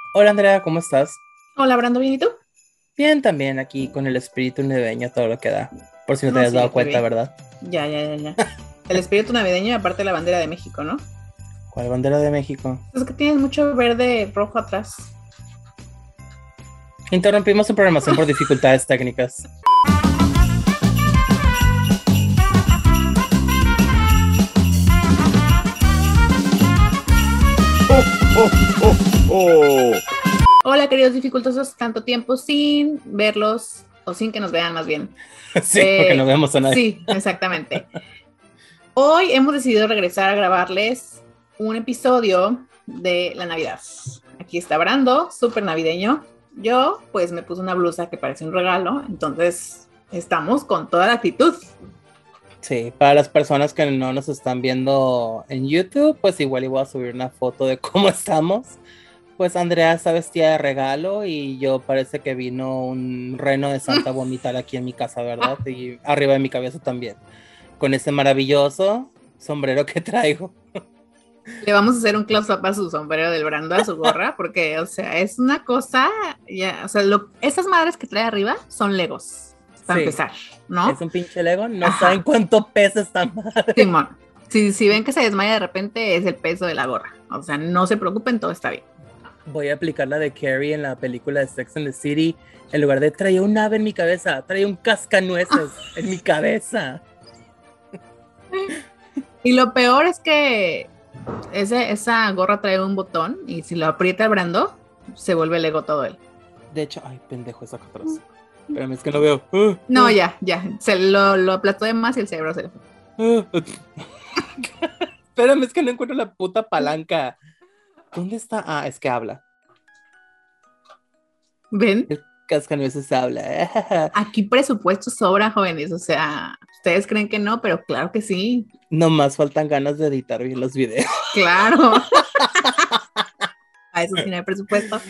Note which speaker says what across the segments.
Speaker 1: Hola Andrea, ¿cómo estás?
Speaker 2: Hola, Brando, ¿bien y tú?
Speaker 1: Bien, también aquí con el espíritu navideño, todo lo que da. Por si no te
Speaker 2: No,
Speaker 1: habías
Speaker 2: sí,
Speaker 1: dado
Speaker 2: yo
Speaker 1: cuenta,
Speaker 2: también.
Speaker 1: ¿verdad?
Speaker 2: Ya. El espíritu navideño y aparte la bandera de México, ¿no?
Speaker 1: ¿Cuál bandera de México?
Speaker 2: Es que tienes mucho verde rojo atrás.
Speaker 1: Interrumpimos su programación por dificultades técnicas.
Speaker 3: Oh.
Speaker 2: Hola, queridos dificultosos, tanto tiempo sin verlos o sin que nos vean más bien.
Speaker 1: Sí, porque no vemos a nadie.
Speaker 2: Sí, exactamente. Hoy hemos decidido regresar a grabarles un episodio de la Navidad. Aquí está Brando, súper navideño. Yo, pues, me puse una blusa que parece un regalo, entonces estamos con toda la actitud.
Speaker 1: Sí, para las personas que no nos están viendo en YouTube, pues igual voy a subir una foto de cómo estamos. Pues Andrea está vestida de regalo y yo parece que vino un reno de Santa a vomitar aquí en mi casa, ¿verdad? Y arriba de mi cabeza también. Con ese maravilloso sombrero que traigo.
Speaker 2: Le vamos a hacer un close-up a su sombrero del Brando, a su gorra, porque, o sea, es una cosa, ya, o sea, esas madres que trae arriba son Legos, para
Speaker 1: Sí,
Speaker 2: empezar,
Speaker 1: es
Speaker 2: ¿no?
Speaker 1: un pinche Lego, no saben
Speaker 2: Ajá,
Speaker 1: cuánto pesa esta madre.
Speaker 2: Simón. Si ven que se desmaya de repente, es el peso de la gorra. O sea, no se preocupen, todo está bien.
Speaker 1: Voy a aplicar la de Carrie en la película de Sex and the City. En lugar de traía un ave en mi cabeza, traía un cascanueces en mi cabeza.
Speaker 2: Y lo peor es que esa gorra trae un botón y si lo aprieta el Brando, se vuelve Lego todo él.
Speaker 1: De hecho, ay, pendejo, es acá atrás. Espérame, es que no veo.
Speaker 2: No, ya, se lo aplastó de más y el cerebro se le fue.
Speaker 1: Espérame, es que no encuentro la puta palanca. ¿Dónde está? Ah, es que habla.
Speaker 2: ¿Ven?
Speaker 1: El cascanueces habla.
Speaker 2: Aquí presupuesto sobra, jóvenes, o sea, ustedes creen que no, pero claro que sí,
Speaker 1: No más faltan ganas de editar bien los videos.
Speaker 2: claro. A eso sí no hay presupuesto.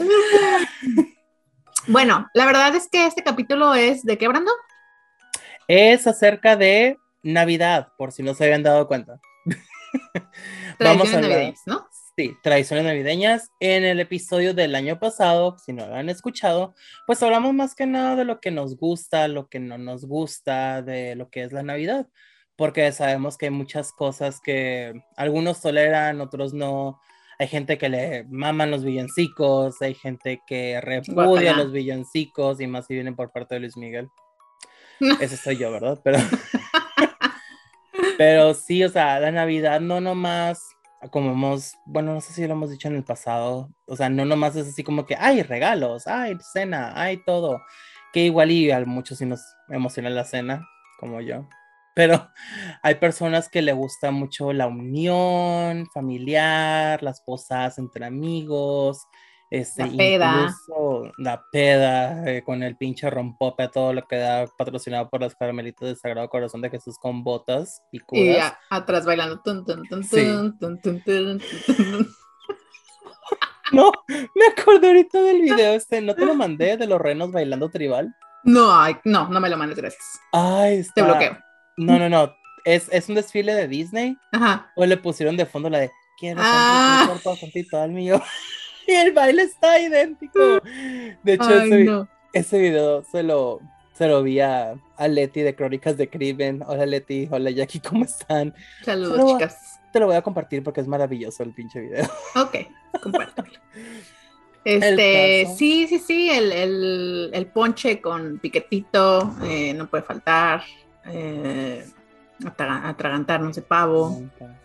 Speaker 2: Bueno, la verdad es que este capítulo es ¿de qué, Brando?
Speaker 1: Es acerca de Navidad, por si no se habían dado cuenta. Vamos a
Speaker 2: Tradiciones
Speaker 1: hablar,
Speaker 2: navideñas, ¿no?
Speaker 1: sí, tradiciones navideñas. En el episodio del año pasado, si no lo han escuchado, pues hablamos más que nada de lo que nos gusta, lo que no nos gusta, de lo que es la Navidad, porque sabemos que hay muchas cosas que algunos toleran, otros no. Hay gente que le maman los villancicos, hay gente que repudia
Speaker 2: Guacala.
Speaker 1: los villancicos y más si vienen por parte de Luis Miguel. Ese soy yo, ¿verdad? Pero sí, o sea, la Navidad no nomás, como hemos, bueno, no sé si lo hemos dicho en el pasado, o sea, no nomás es así como que hay regalos, hay cena, hay todo, que igual y a muchos sí nos emociona la cena, como yo, pero hay personas que le gusta mucho la unión familiar, las posadas entre amigos,
Speaker 2: La peda.
Speaker 1: incluso la peda con el pinche rompope, todo lo que da patrocinado por las Carmelitas del Sagrado Corazón de Jesús con botas
Speaker 2: Y
Speaker 1: picudas.
Speaker 2: atrás bailando. Tun, tun, tun,
Speaker 1: Sí.
Speaker 2: tun, tun, tun, tun, tun, tun.
Speaker 1: No, me acordé ahorita del video no te lo mandé de los renos bailando tribal.
Speaker 2: No, no me lo mandes, gracias.
Speaker 1: Ay,
Speaker 2: Te bloqueo.
Speaker 1: está. No. Es un desfile de Disney.
Speaker 2: Ajá.
Speaker 1: O le pusieron de fondo la de quiero sentir tu
Speaker 2: Ah,
Speaker 1: cuerpo juntito al mío. Y el baile está idéntico. De hecho,
Speaker 2: ay, no.
Speaker 1: ese video se lo vi a Leti de Crónicas de Crimen. Hola Leti, hola Jackie, ¿cómo están? Se
Speaker 2: Saludos,
Speaker 1: lo,
Speaker 2: chicas.
Speaker 1: te lo voy a compartir porque es maravilloso el pinche video.
Speaker 2: Ok, compártemelo.
Speaker 1: El caso.
Speaker 2: Sí, el ponche con piquetito, no puede faltar. eh, Atragantarnos de pavo.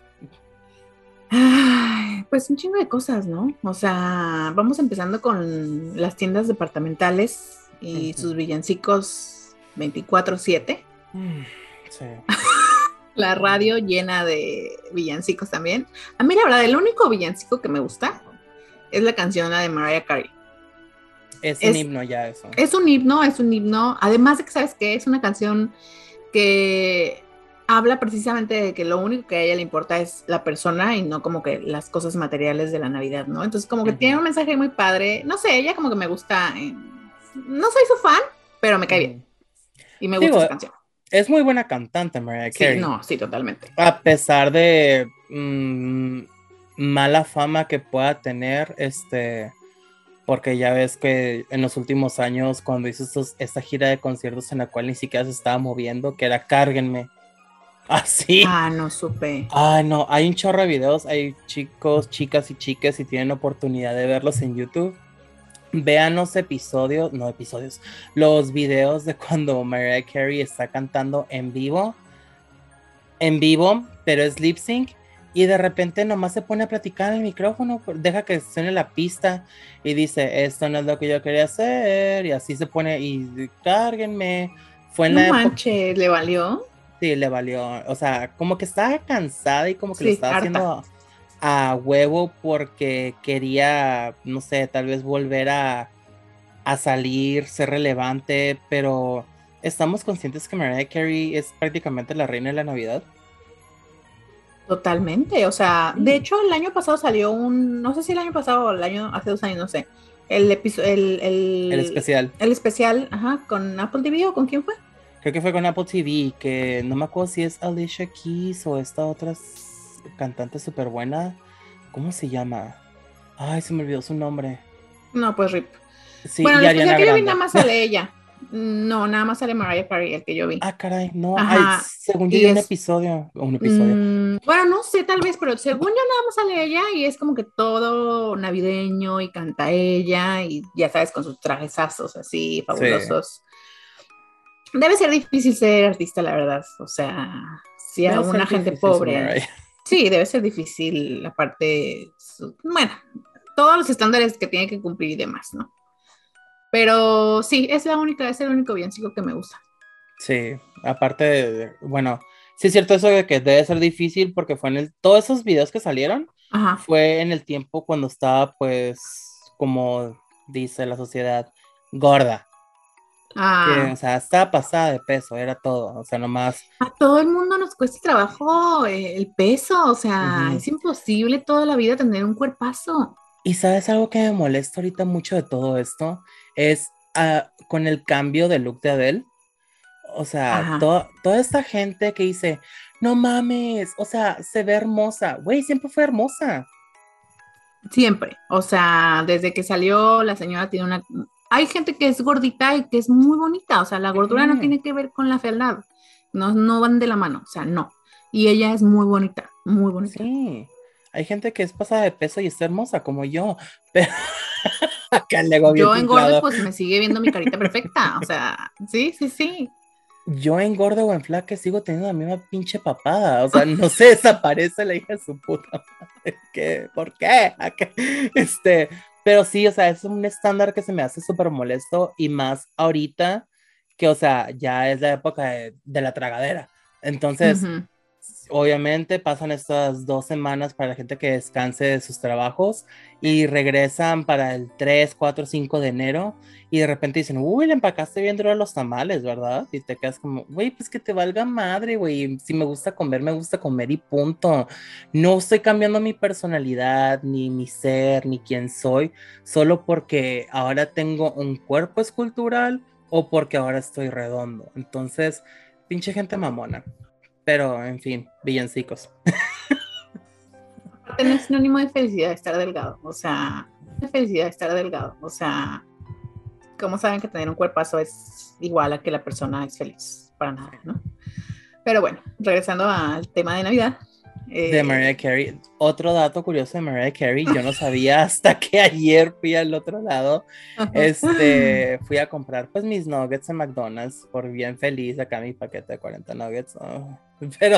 Speaker 2: Ay, pues un chingo de cosas, ¿no? O sea, vamos empezando con las tiendas departamentales y
Speaker 1: Ujú.
Speaker 2: sus villancicos 24/7.
Speaker 1: Sí.
Speaker 2: La radio llena de villancicos también. A mí, la verdad, el único villancico que me gusta es la canción la de Mariah Carey.
Speaker 1: Es un
Speaker 2: Es,
Speaker 1: himno ya eso.
Speaker 2: es un himno, es un himno. Además de que, ¿sabes qué? Es una canción que habla precisamente de que lo único que a ella le importa es la persona y no como que las cosas materiales de la Navidad, ¿no? Entonces como que tiene
Speaker 1: Ujú,
Speaker 2: un mensaje muy padre. No sé, ella como que me gusta. No soy su fan, pero me cae bien.
Speaker 1: ujú.
Speaker 2: Y me gusta
Speaker 1: Digo,
Speaker 2: esa canción.
Speaker 1: es muy buena cantante Mariah
Speaker 2: Sí,
Speaker 1: Carey.
Speaker 2: no, sí, totalmente.
Speaker 1: A pesar de mala fama que pueda tener, porque ya ves que en los últimos años, cuando hizo esta gira de conciertos en la cual ni siquiera se estaba moviendo, que era Cárguenme. Así.
Speaker 2: Ah, no supe.
Speaker 1: Ay, no, hay un chorro de videos, hay chicos, chicas y chicas, si tienen oportunidad de verlos en YouTube, vean los episodios, no episodios, los videos de cuando Mariah Carey está cantando en vivo, pero es lip sync, y de repente nomás se pone a platicar en el micrófono, deja que suene la pista y dice, esto no es lo que yo quería hacer, y así se pone, y cárguenme, fue en
Speaker 2: No
Speaker 1: la época,
Speaker 2: manches, ¿le valió?
Speaker 1: sí, le valió, o sea, como que estaba cansada y como que lo
Speaker 2: Sí,
Speaker 1: estaba
Speaker 2: harta.
Speaker 1: haciendo a huevo porque quería, no sé, tal vez volver a salir, ser relevante, pero estamos conscientes que Mariah Carey es prácticamente la reina de la Navidad.
Speaker 2: Totalmente, o sea, de
Speaker 1: Sí.
Speaker 2: hecho el año pasado salió no sé si el año pasado o el año, hace 2 años, no sé, el episodio,
Speaker 1: El especial.
Speaker 2: el especial, ajá, con Apple TV o con quién fue.
Speaker 1: Creo que fue con Apple TV, que no me acuerdo si es Alicia Keys o esta otra cantante súper buena. ¿Cómo se llama? Ay, se me olvidó su nombre.
Speaker 2: No, pues RIP.
Speaker 1: Sí,
Speaker 2: Bueno,
Speaker 1: y
Speaker 2: el especial
Speaker 1: Ariana
Speaker 2: que yo vi nada
Speaker 1: Grande.
Speaker 2: más sale ella. No, nada más sale Mariah Carey, el que yo vi.
Speaker 1: Ah, caray, no, ay,
Speaker 2: Ajá,
Speaker 1: según yo,
Speaker 2: y
Speaker 1: vi un
Speaker 2: es,
Speaker 1: episodio, un episodio.
Speaker 2: bueno, no sé, tal vez, pero según yo nada más sale ella y es como que todo navideño y canta ella y ya sabes, con sus trajesazos así
Speaker 1: Sí,
Speaker 2: fabulosos. Debe ser difícil ser artista, la verdad. O sea, si a
Speaker 1: debe ser
Speaker 2: una gente
Speaker 1: difícil ser
Speaker 2: pobre,
Speaker 1: Mariah.
Speaker 2: sí, debe ser difícil, aparte, bueno, todos los estándares que tiene que cumplir y demás, ¿no? Pero sí, es el único villancico que me gusta.
Speaker 1: Sí, aparte bueno, sí es cierto eso de que debe ser difícil porque fue todos esos videos que salieron,
Speaker 2: Ajá.
Speaker 1: fue en el tiempo cuando estaba pues, como dice la sociedad, gorda, que o
Speaker 2: Ah,
Speaker 1: sea, estaba pasada de peso, era todo, o sea, nomás,
Speaker 2: a todo el mundo nos cuesta trabajo el peso, o sea,
Speaker 1: ujú.
Speaker 2: es imposible toda la vida tener un cuerpazo.
Speaker 1: Y sabes algo que me molesta ahorita mucho de todo esto, es con el cambio de look de Adele. O sea,
Speaker 2: Ajá,
Speaker 1: toda esta gente que dice, no mames, o sea, se ve hermosa. Güey, siempre fue hermosa.
Speaker 2: siempre. O sea, desde que salió, la señora tiene una... Hay gente que es gordita y que es muy bonita, o sea, la gordura no
Speaker 1: Ujú,
Speaker 2: tiene que ver con la fealdad, no, no van de la mano, o sea, no. Y ella es muy bonita, muy bonita.
Speaker 1: sí. Hay gente que es pasada de peso y está hermosa, como yo. Pero acá el ego bien
Speaker 2: Yo engordo y
Speaker 1: inflado.
Speaker 2: pues me sigue viendo mi carita perfecta, o sea, sí, sí, sí.
Speaker 1: Yo engordo o en flaque sigo teniendo la misma pinche papada. O sea, no se desaparece la hija de su puta madre. ¿Qué? ¿Por qué? Este, pero sí, o sea, es un estándar que se me hace súper molesto y más ahorita que, o sea, ya es la época de la tragadera. Entonces,
Speaker 2: Ujú.
Speaker 1: obviamente pasan estas 2 semanas para la gente que descanse de sus trabajos y regresan para el 3, 4, 5 de enero y de repente dicen, uy, le empacaste bien duro a los tamales, ¿verdad? Y te quedas como, güey, pues que te valga madre, güey, si me gusta comer y punto. No estoy cambiando mi personalidad, ni mi ser, ni quién soy, solo porque ahora tengo un cuerpo escultural o porque ahora estoy redondo. Entonces, pinche gente mamona. Pero, en fin, villancicos.
Speaker 2: Aparte no es sinónimo de felicidad estar delgado, o sea, de felicidad estar delgado, o sea, ¿cómo saben que tener un cuerpazo es igual a que la persona es feliz? Para nada, ¿no? Pero bueno, regresando al tema de Navidad.
Speaker 1: De Mariah
Speaker 2: eh,
Speaker 1: Carey. Otro dato curioso de Mariah Carey, yo no sabía hasta que ayer fui al otro lado. Fui a comprar pues mis nuggets en McDonald's por bien feliz, acá mi paquete de 40 nuggets. Oh. Pero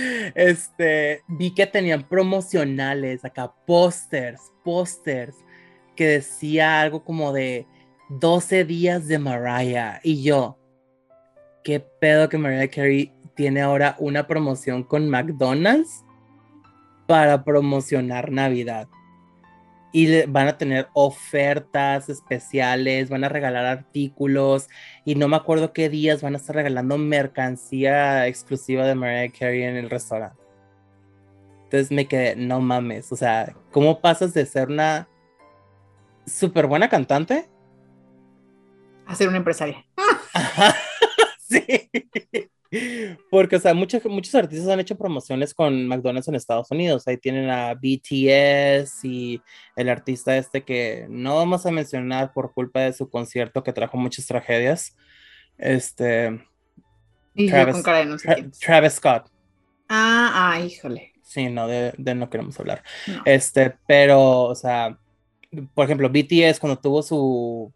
Speaker 1: vi que tenían promocionales, acá pósters que decía algo como de 12 días de Mariah y yo, ¿qué pedo que Mariah Carey tiene ahora una promoción con McDonald's para promocionar Navidad? Y van a tener ofertas especiales, van a regalar artículos y no me acuerdo qué días van a estar regalando mercancía exclusiva de Mariah Carey en el restaurante. Entonces me quedé, no mames, o sea, ¿cómo pasas de ser una súper buena cantante?
Speaker 2: a ser una empresaria.
Speaker 1: Ajá, sí. Porque, o sea, muchos artistas han hecho promociones con McDonald's en Estados Unidos. Ahí tienen a BTS y el artista este que no vamos a mencionar por culpa de su concierto que trajo muchas tragedias. Este,
Speaker 2: Y yo con cara de no sé quién es.
Speaker 1: Travis Scott.
Speaker 2: Híjole.
Speaker 1: Sí, no, de no queremos hablar.
Speaker 2: No.
Speaker 1: Pero, o sea, por ejemplo, BTS cuando tuvo su,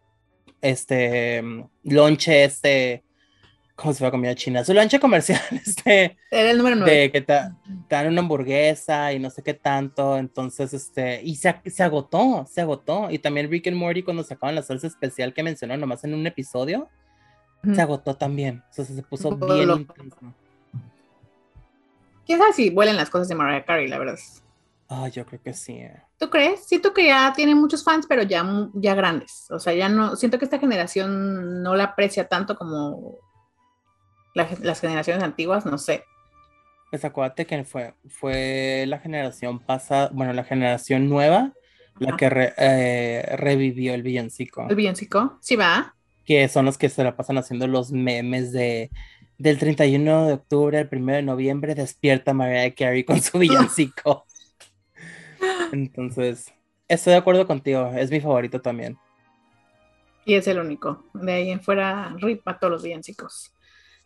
Speaker 1: lonche, ¿cómo se llama comida china? Su lonche comercial,
Speaker 2: Era el número 9.
Speaker 1: de que te dan una hamburguesa y no sé qué tanto, entonces, y se agotó, y también Rick and Morty cuando sacaban la salsa especial que mencionó nomás en un episodio, se agotó también, o sea, se puso bien intenso.
Speaker 2: ¿Quién sabe si vuelan las cosas de Mariah Carey, la verdad?
Speaker 1: Yo creo que sí.
Speaker 2: ¿Tú crees? Siento que ya tiene muchos fans, pero ya grandes. O sea, ya no, siento que esta generación no la aprecia tanto como las generaciones antiguas, no sé.
Speaker 1: Pues acuérdate que fue la generación pasada, bueno, la generación nueva, la que revivió el villancico.
Speaker 2: ¿El villancico? Sí va.
Speaker 1: Que son los que se la pasan haciendo los memes del 31 de octubre al 1 de noviembre, despierta Mariah Carey con su villancico. Entonces, estoy de acuerdo contigo, es mi favorito también.
Speaker 2: Y es el único. De ahí en fuera, rip a todos los villancicos.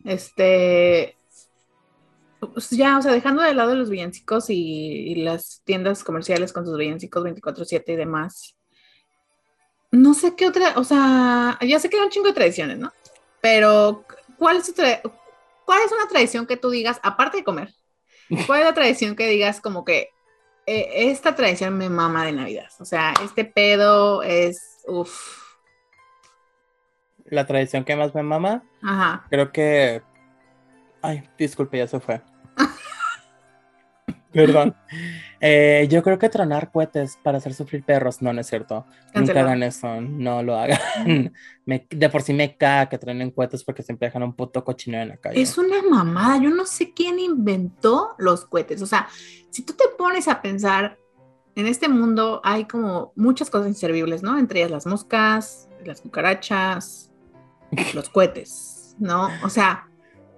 Speaker 2: Pues ya, o sea, dejando de lado los villancicos y las tiendas comerciales con sus villancicos 24/7 y demás. No sé qué otra, o sea, ya sé que hay un chingo de tradiciones, ¿no? Pero, ¿cuál es una tradición que tú digas, aparte de comer? ¿Cuál es la tradición que digas como que esta tradición me mama de Navidad? O sea, este pedo es, uff.
Speaker 1: La tradición que más me mama,
Speaker 2: Ajá.
Speaker 1: creo que... Ay, disculpe, ya se fue. Perdón. Yo creo que tronar cohetes para hacer sufrir perros, no, no es cierto. Nunca
Speaker 2: Cancelado.
Speaker 1: hagan eso, no lo hagan. De por sí me caga que truenen cohetes porque siempre dejan un puto cochinero en la calle.
Speaker 2: Es una mamada. Yo no sé quién inventó los cohetes. O sea, si tú te pones a pensar, en este mundo hay como muchas cosas inservibles, ¿no? Entre ellas las moscas, las cucarachas, los cohetes, ¿no? O sea,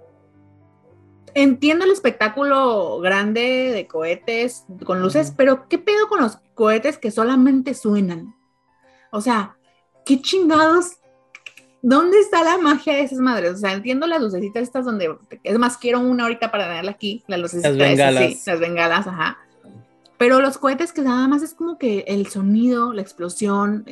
Speaker 2: entiendo el espectáculo grande de cohetes con luces, pero ¿qué pedo con los cohetes que solamente suenan? O sea, ¿qué chingados? ¿Dónde está la magia de esas madres? O sea, entiendo las lucecitas estas donde, es más, quiero una ahorita para tenerla aquí, la
Speaker 1: Las
Speaker 2: lucecita esas, sí,
Speaker 1: bengalas.
Speaker 2: las bengalas, ajá. Pero los cohetes que nada más es como que el sonido, la explosión,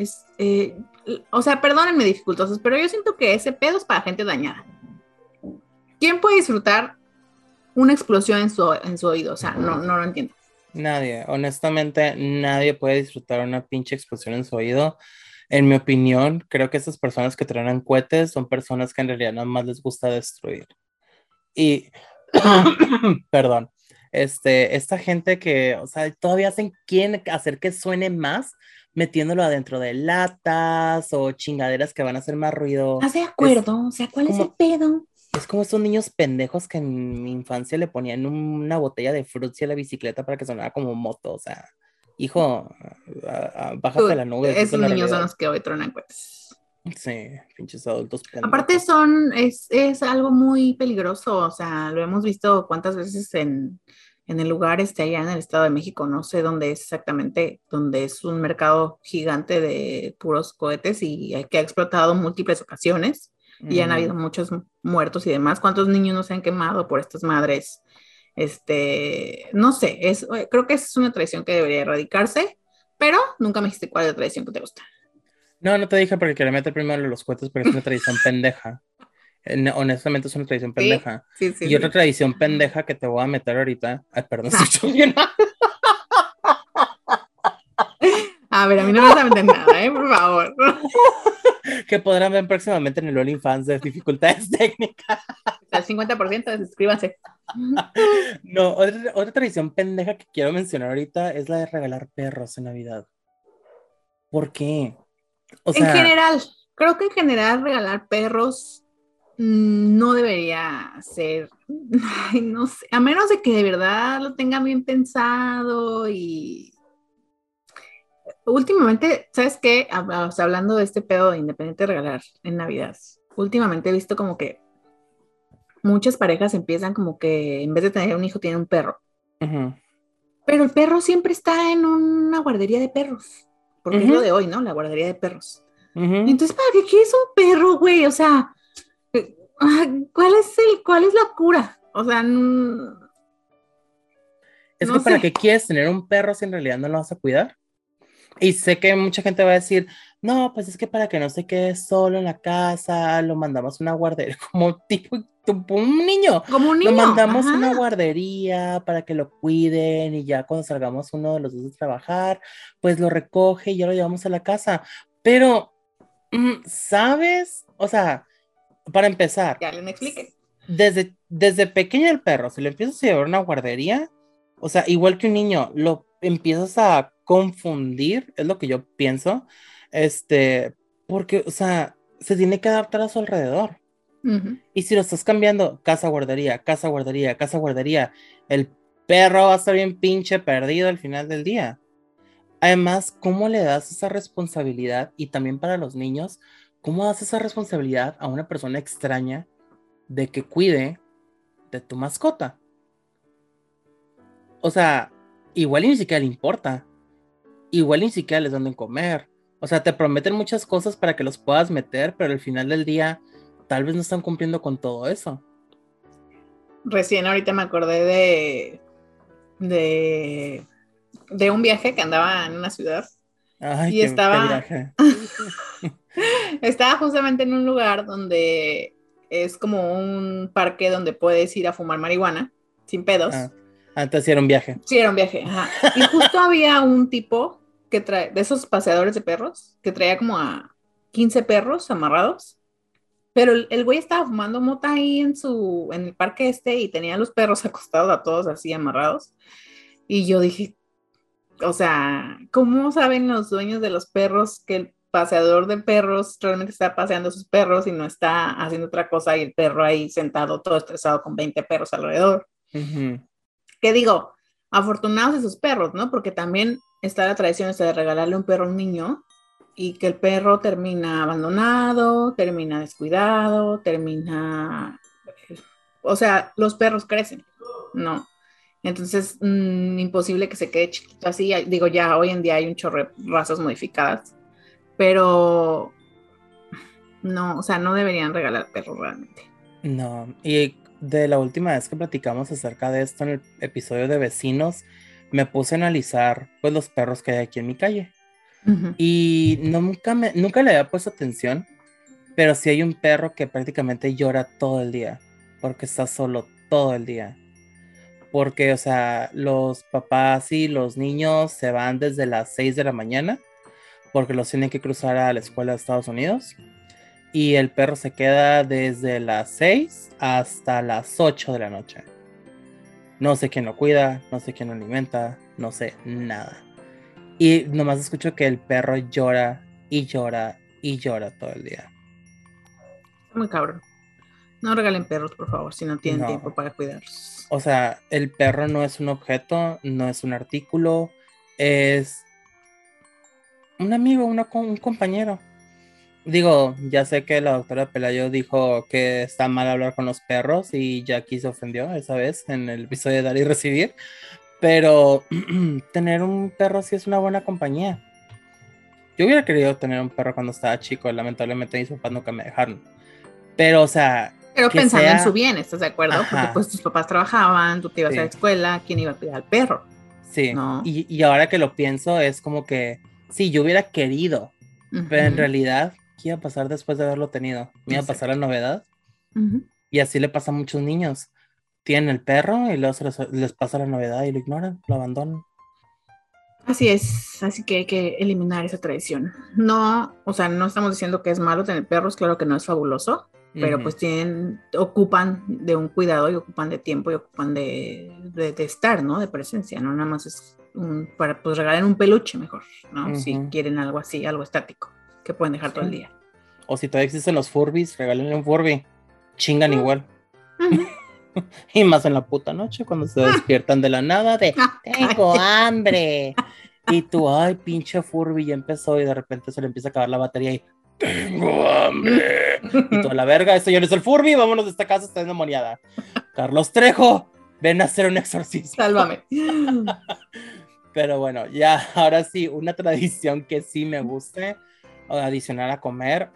Speaker 2: o sea, perdónenme dificultosos, pero yo siento que ese pedo es para gente dañada. ¿Quién puede disfrutar una explosión en su oído? O sea, no lo entiendo.
Speaker 1: Nadie, honestamente, nadie puede disfrutar una pinche explosión en su oído. En mi opinión, creo que esas personas que truenan cohetes son personas que en realidad nada más les gusta destruir. Y, perdón, esta gente que, o sea, todavía quieren hacer que suene más metiéndolo adentro de latas o chingaderas que van a hacer más ruido.
Speaker 2: ¿Estás de
Speaker 1: Es,
Speaker 2: acuerdo? O sea,
Speaker 1: es
Speaker 2: ¿cuál es el
Speaker 1: como,
Speaker 2: pedo?
Speaker 1: es como estos niños pendejos que en mi infancia le ponían una botella de Fruitsy a la bicicleta para que sonara como moto. O sea, hijo, bájate de la nube, esa es
Speaker 2: Esos
Speaker 1: la
Speaker 2: niños son
Speaker 1: realidad.
Speaker 2: los que hoy tronan cohetes.
Speaker 1: Sí, pinches adultos
Speaker 2: Aparte
Speaker 1: pendejos.
Speaker 2: es algo muy peligroso, o sea, lo hemos visto cuántas veces en el lugar allá en el Estado de México, no sé dónde es exactamente, donde es un mercado gigante de puros cohetes y que ha explotado múltiples ocasiones y han habido
Speaker 1: Ujú.
Speaker 2: muchos muertos y demás. ¿Cuántos niños no se han quemado por estas madres? No sé, creo que es una tradición que debería erradicarse, pero nunca me dijiste cuál es la tradición que te gusta.
Speaker 1: No, no te dije porque quería meter primero los cohetes porque es una tradición pendeja. Honestamente es una tradición
Speaker 2: Sí,
Speaker 1: pendeja.
Speaker 2: sí, sí,
Speaker 1: Y otra
Speaker 2: sí.
Speaker 1: tradición pendeja que te voy a meter ahorita. Ay, perdón, estoy chingando.
Speaker 2: A ver, a mí no me vas a meter nada, ¿eh? Por favor.
Speaker 1: Que podrán ver próximamente en el OnlyFans de dificultades técnicas.
Speaker 2: Al 50%, suscríbanse.
Speaker 1: No, otra tradición pendeja que quiero mencionar ahorita es la de regalar perros en Navidad. ¿Por qué? O
Speaker 2: En
Speaker 1: sea,
Speaker 2: general, creo que en general regalar perros no debería ser, ay, no sé, a menos de que de verdad lo tengan bien pensado y últimamente, ¿sabes qué? O sea, hablando de este pedo de independiente de regalar en Navidad, últimamente he visto como que muchas parejas empiezan como que en vez de tener un hijo, tienen un perro.
Speaker 1: Ujú,
Speaker 2: Pero el perro siempre está en una guardería de perros, porque es lo
Speaker 1: ujú,
Speaker 2: de hoy, ¿no? La guardería de perros. Y
Speaker 1: ujú.
Speaker 2: entonces, ¿para qué quieres un perro, güey? O sea, ¿cuál es la cura? O sea,
Speaker 1: Es
Speaker 2: no
Speaker 1: que ¿para
Speaker 2: sé.
Speaker 1: qué quieres tener un perro si en realidad no lo vas a cuidar? Y sé que mucha gente va a decir, no, pues es que para que no se quede solo en la casa, lo mandamos a una guardería, como tipo un niño,
Speaker 2: Como un
Speaker 1: lo
Speaker 2: niño,
Speaker 1: mandamos a una
Speaker 2: ajá.
Speaker 1: guardería para que lo cuiden y ya cuando salgamos uno de los dos de trabajar, pues lo recoge y ya lo llevamos a la casa. Pero, ¿sabes? O sea, para empezar,
Speaker 2: Que alguien me explique.
Speaker 1: desde pequeño el perro, si lo empiezas a llevar a una guardería, o sea, igual que un niño, lo empiezas a confundir, es lo que yo pienso, porque, o sea, se tiene que adaptar a su alrededor.
Speaker 2: Ujú.
Speaker 1: Y si lo estás cambiando, casa, guardería, casa, guardería, casa, guardería, el perro va a estar bien pinche perdido al final del día. Además, ¿cómo le das esa responsabilidad? Y también para los niños, ¿cómo das esa responsabilidad a una persona extraña de que cuide de tu mascota? O sea, igual y ni siquiera le importa, igual y ni siquiera les dan de comer. O sea, te prometen muchas cosas para que los puedas meter, pero al final del día tal vez no están cumpliendo con todo eso.
Speaker 2: Recién ahorita me acordé de, de un viaje que andaba en una ciudad
Speaker 1: Ay,
Speaker 2: y
Speaker 1: qué viaje.
Speaker 2: estaba justamente en un lugar donde es como un parque donde puedes ir a fumar marihuana sin
Speaker 1: Ah,
Speaker 2: pedos.
Speaker 1: antes sí era un viaje.
Speaker 2: Sí, era un viaje, ajá. Y justo había un tipo que trae, de esos paseadores de perros, que traía como a 15 perros amarrados, pero el güey estaba fumando mota ahí en el parque y tenía a los perros acostados a todos así amarrados. Y yo dije, o sea, ¿cómo saben los dueños de los perros que el paseador de perros realmente está paseando a sus perros y no está haciendo otra cosa y el perro ahí sentado todo estresado con 20 perros alrededor?
Speaker 1: Ujú.
Speaker 2: ¿Qué digo? Afortunados de sus perros, ¿no? Porque también está la tradición esta de regalarle un perro a un niño y que el perro termina abandonado, termina descuidado, termina... O sea, los perros crecen, ¿no? Entonces, imposible que se quede chiquito así. Digo, ya hoy en día hay un chorro de razas modificadas, pero no, o sea, no deberían regalar perros realmente.
Speaker 1: No, y de la última vez que platicamos acerca de esto en el episodio de vecinos, me puse a analizar pues los perros que hay aquí en mi calle.
Speaker 2: Ujú.
Speaker 1: Y nunca le había puesto atención, pero sí hay un perro que prácticamente llora todo el día, porque está solo todo el día. Porque, o sea, los papás y los niños se van desde las 6 de la mañana, porque los tienen que cruzar a la escuela de Estados Unidos. Y el perro se queda desde las 6 hasta las 8 de la noche. No sé quién lo cuida, no sé quién lo alimenta, no sé nada. Y nomás escucho que el perro llora y llora y llora todo el día.
Speaker 2: Muy cabrón. No regalen perros, por favor, si no tienen tiempo
Speaker 1: No,
Speaker 2: para cuidarlos.
Speaker 1: o sea, el perro no es un objeto, no es un artículo, es un amigo, un compañero. Digo, ya sé que la doctora Pelayo dijo que está mal hablar con los perros y Jackie se ofendió esa vez en el episodio de Dar y Recibir, pero tener un perro sí es una buena compañía. Yo hubiera querido tener un perro cuando estaba chico, lamentablemente mis papás nunca me dejaron. Pero, o sea,
Speaker 2: Pero
Speaker 1: que
Speaker 2: pensando en su
Speaker 1: sea,
Speaker 2: bien, ¿estás de acuerdo? Porque
Speaker 1: ajá,
Speaker 2: pues tus papás trabajaban, tú te ibas a la
Speaker 1: sí,
Speaker 2: escuela, ¿quién iba a cuidar al perro?
Speaker 1: sí.
Speaker 2: ¿No?
Speaker 1: Y ahora que lo pienso, es como que, sí, yo hubiera querido, pero en
Speaker 2: Ujú.
Speaker 1: realidad, ¿qué iba a pasar después de haberlo tenido? ¿Me iba a pasar la
Speaker 2: Exacto.
Speaker 1: novedad?
Speaker 2: Ujú.
Speaker 1: Y así le pasa a muchos niños. Tienen el perro y luego les pasa la novedad y lo ignoran, lo abandonan.
Speaker 2: Así es, así que hay que eliminar esa tradición. No, o sea, no estamos diciendo que es malo tener perros, claro que no es fabuloso, pero
Speaker 1: Ujú,
Speaker 2: pues ocupan de un cuidado y ocupan de tiempo y ocupan de estar, ¿no? De presencia, no nada más es para pues regalen un peluche mejor, ¿no? Si
Speaker 1: ujú.
Speaker 2: quieren algo así, algo estático, que pueden dejar todo el
Speaker 1: Sí.
Speaker 2: día.
Speaker 1: O si todavía existen los Furbies, regálenle un Furby. Chingan
Speaker 2: Mm,
Speaker 1: igual.
Speaker 2: ujú.
Speaker 1: Y más en la puta noche cuando se
Speaker 2: Mm.
Speaker 1: despiertan de la nada de
Speaker 2: Ah,
Speaker 1: tengo
Speaker 2: cállate.
Speaker 1: hambre. Y tú, ay, pinche Furby, ya empezó y de repente se le empieza a acabar la batería y tengo hambre. Y toda la verga, eso ya no es el Furby, vámonos de esta casa, está endemoniada. Carlos Trejo, ven a hacer un exorcismo.
Speaker 2: Sálvame.
Speaker 1: Pero bueno, ya, ahora sí, una tradición que sí me guste adicionar a comer.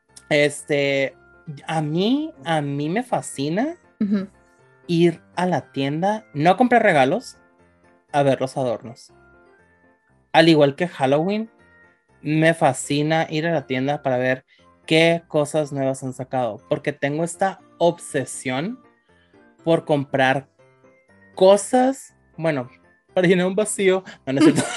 Speaker 1: A mí me fascina ir a la tienda, no a comprar regalos, a ver los adornos. Al igual que Halloween, me fascina ir a la tienda para ver qué cosas nuevas han sacado, porque tengo esta obsesión por comprar cosas, bueno, para llenar un vacío, no es cierto.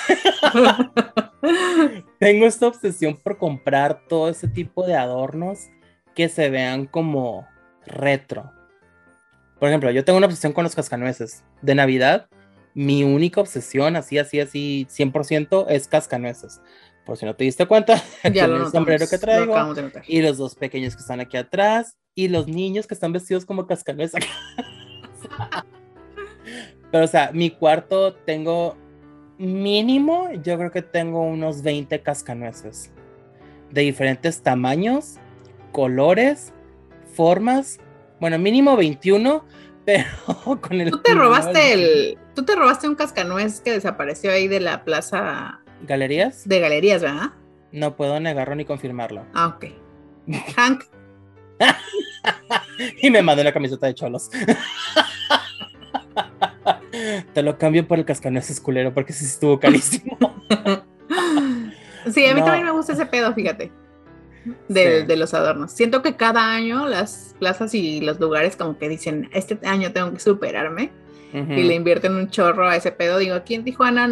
Speaker 1: Tengo esta obsesión por comprar todo ese tipo de adornos que se vean como retro. Por ejemplo, yo tengo una obsesión con los cascanueces. De Navidad, mi única obsesión, así, 100%, es cascanueces. Por si no te diste cuenta, aquí
Speaker 2: Ya
Speaker 1: en
Speaker 2: lo
Speaker 1: el
Speaker 2: notamos,
Speaker 1: sombrero que
Speaker 2: lo
Speaker 1: traigo,
Speaker 2: acabamos de notar.
Speaker 1: y los dos pequeños que están aquí atrás, y los niños que están vestidos como cascanueces. Pero, o sea, mi cuarto tengo mínimo, yo creo que tengo unos 20 cascanueces de diferentes tamaños, colores, formas, bueno, mínimo 21, pero con el número del 21.
Speaker 2: Tú te robaste un cascanuez que desapareció ahí de la plaza
Speaker 1: ¿Galerías?
Speaker 2: de galerías, ¿verdad?
Speaker 1: No puedo negarlo ni confirmarlo.
Speaker 2: Ah, ok. Hank.
Speaker 1: Y me mandó la camiseta de cholos. Te lo cambio por el cascanueces culero porque sí estuvo carísimo.
Speaker 2: Sí, a mí también me
Speaker 1: No.
Speaker 2: gusta ese pedo, fíjate,
Speaker 1: Sí.
Speaker 2: de los adornos. Siento que cada año las plazas y los lugares como que dicen, este año tengo que superarme, y le invierten un chorro a ese pedo. Digo, aquí en Tijuana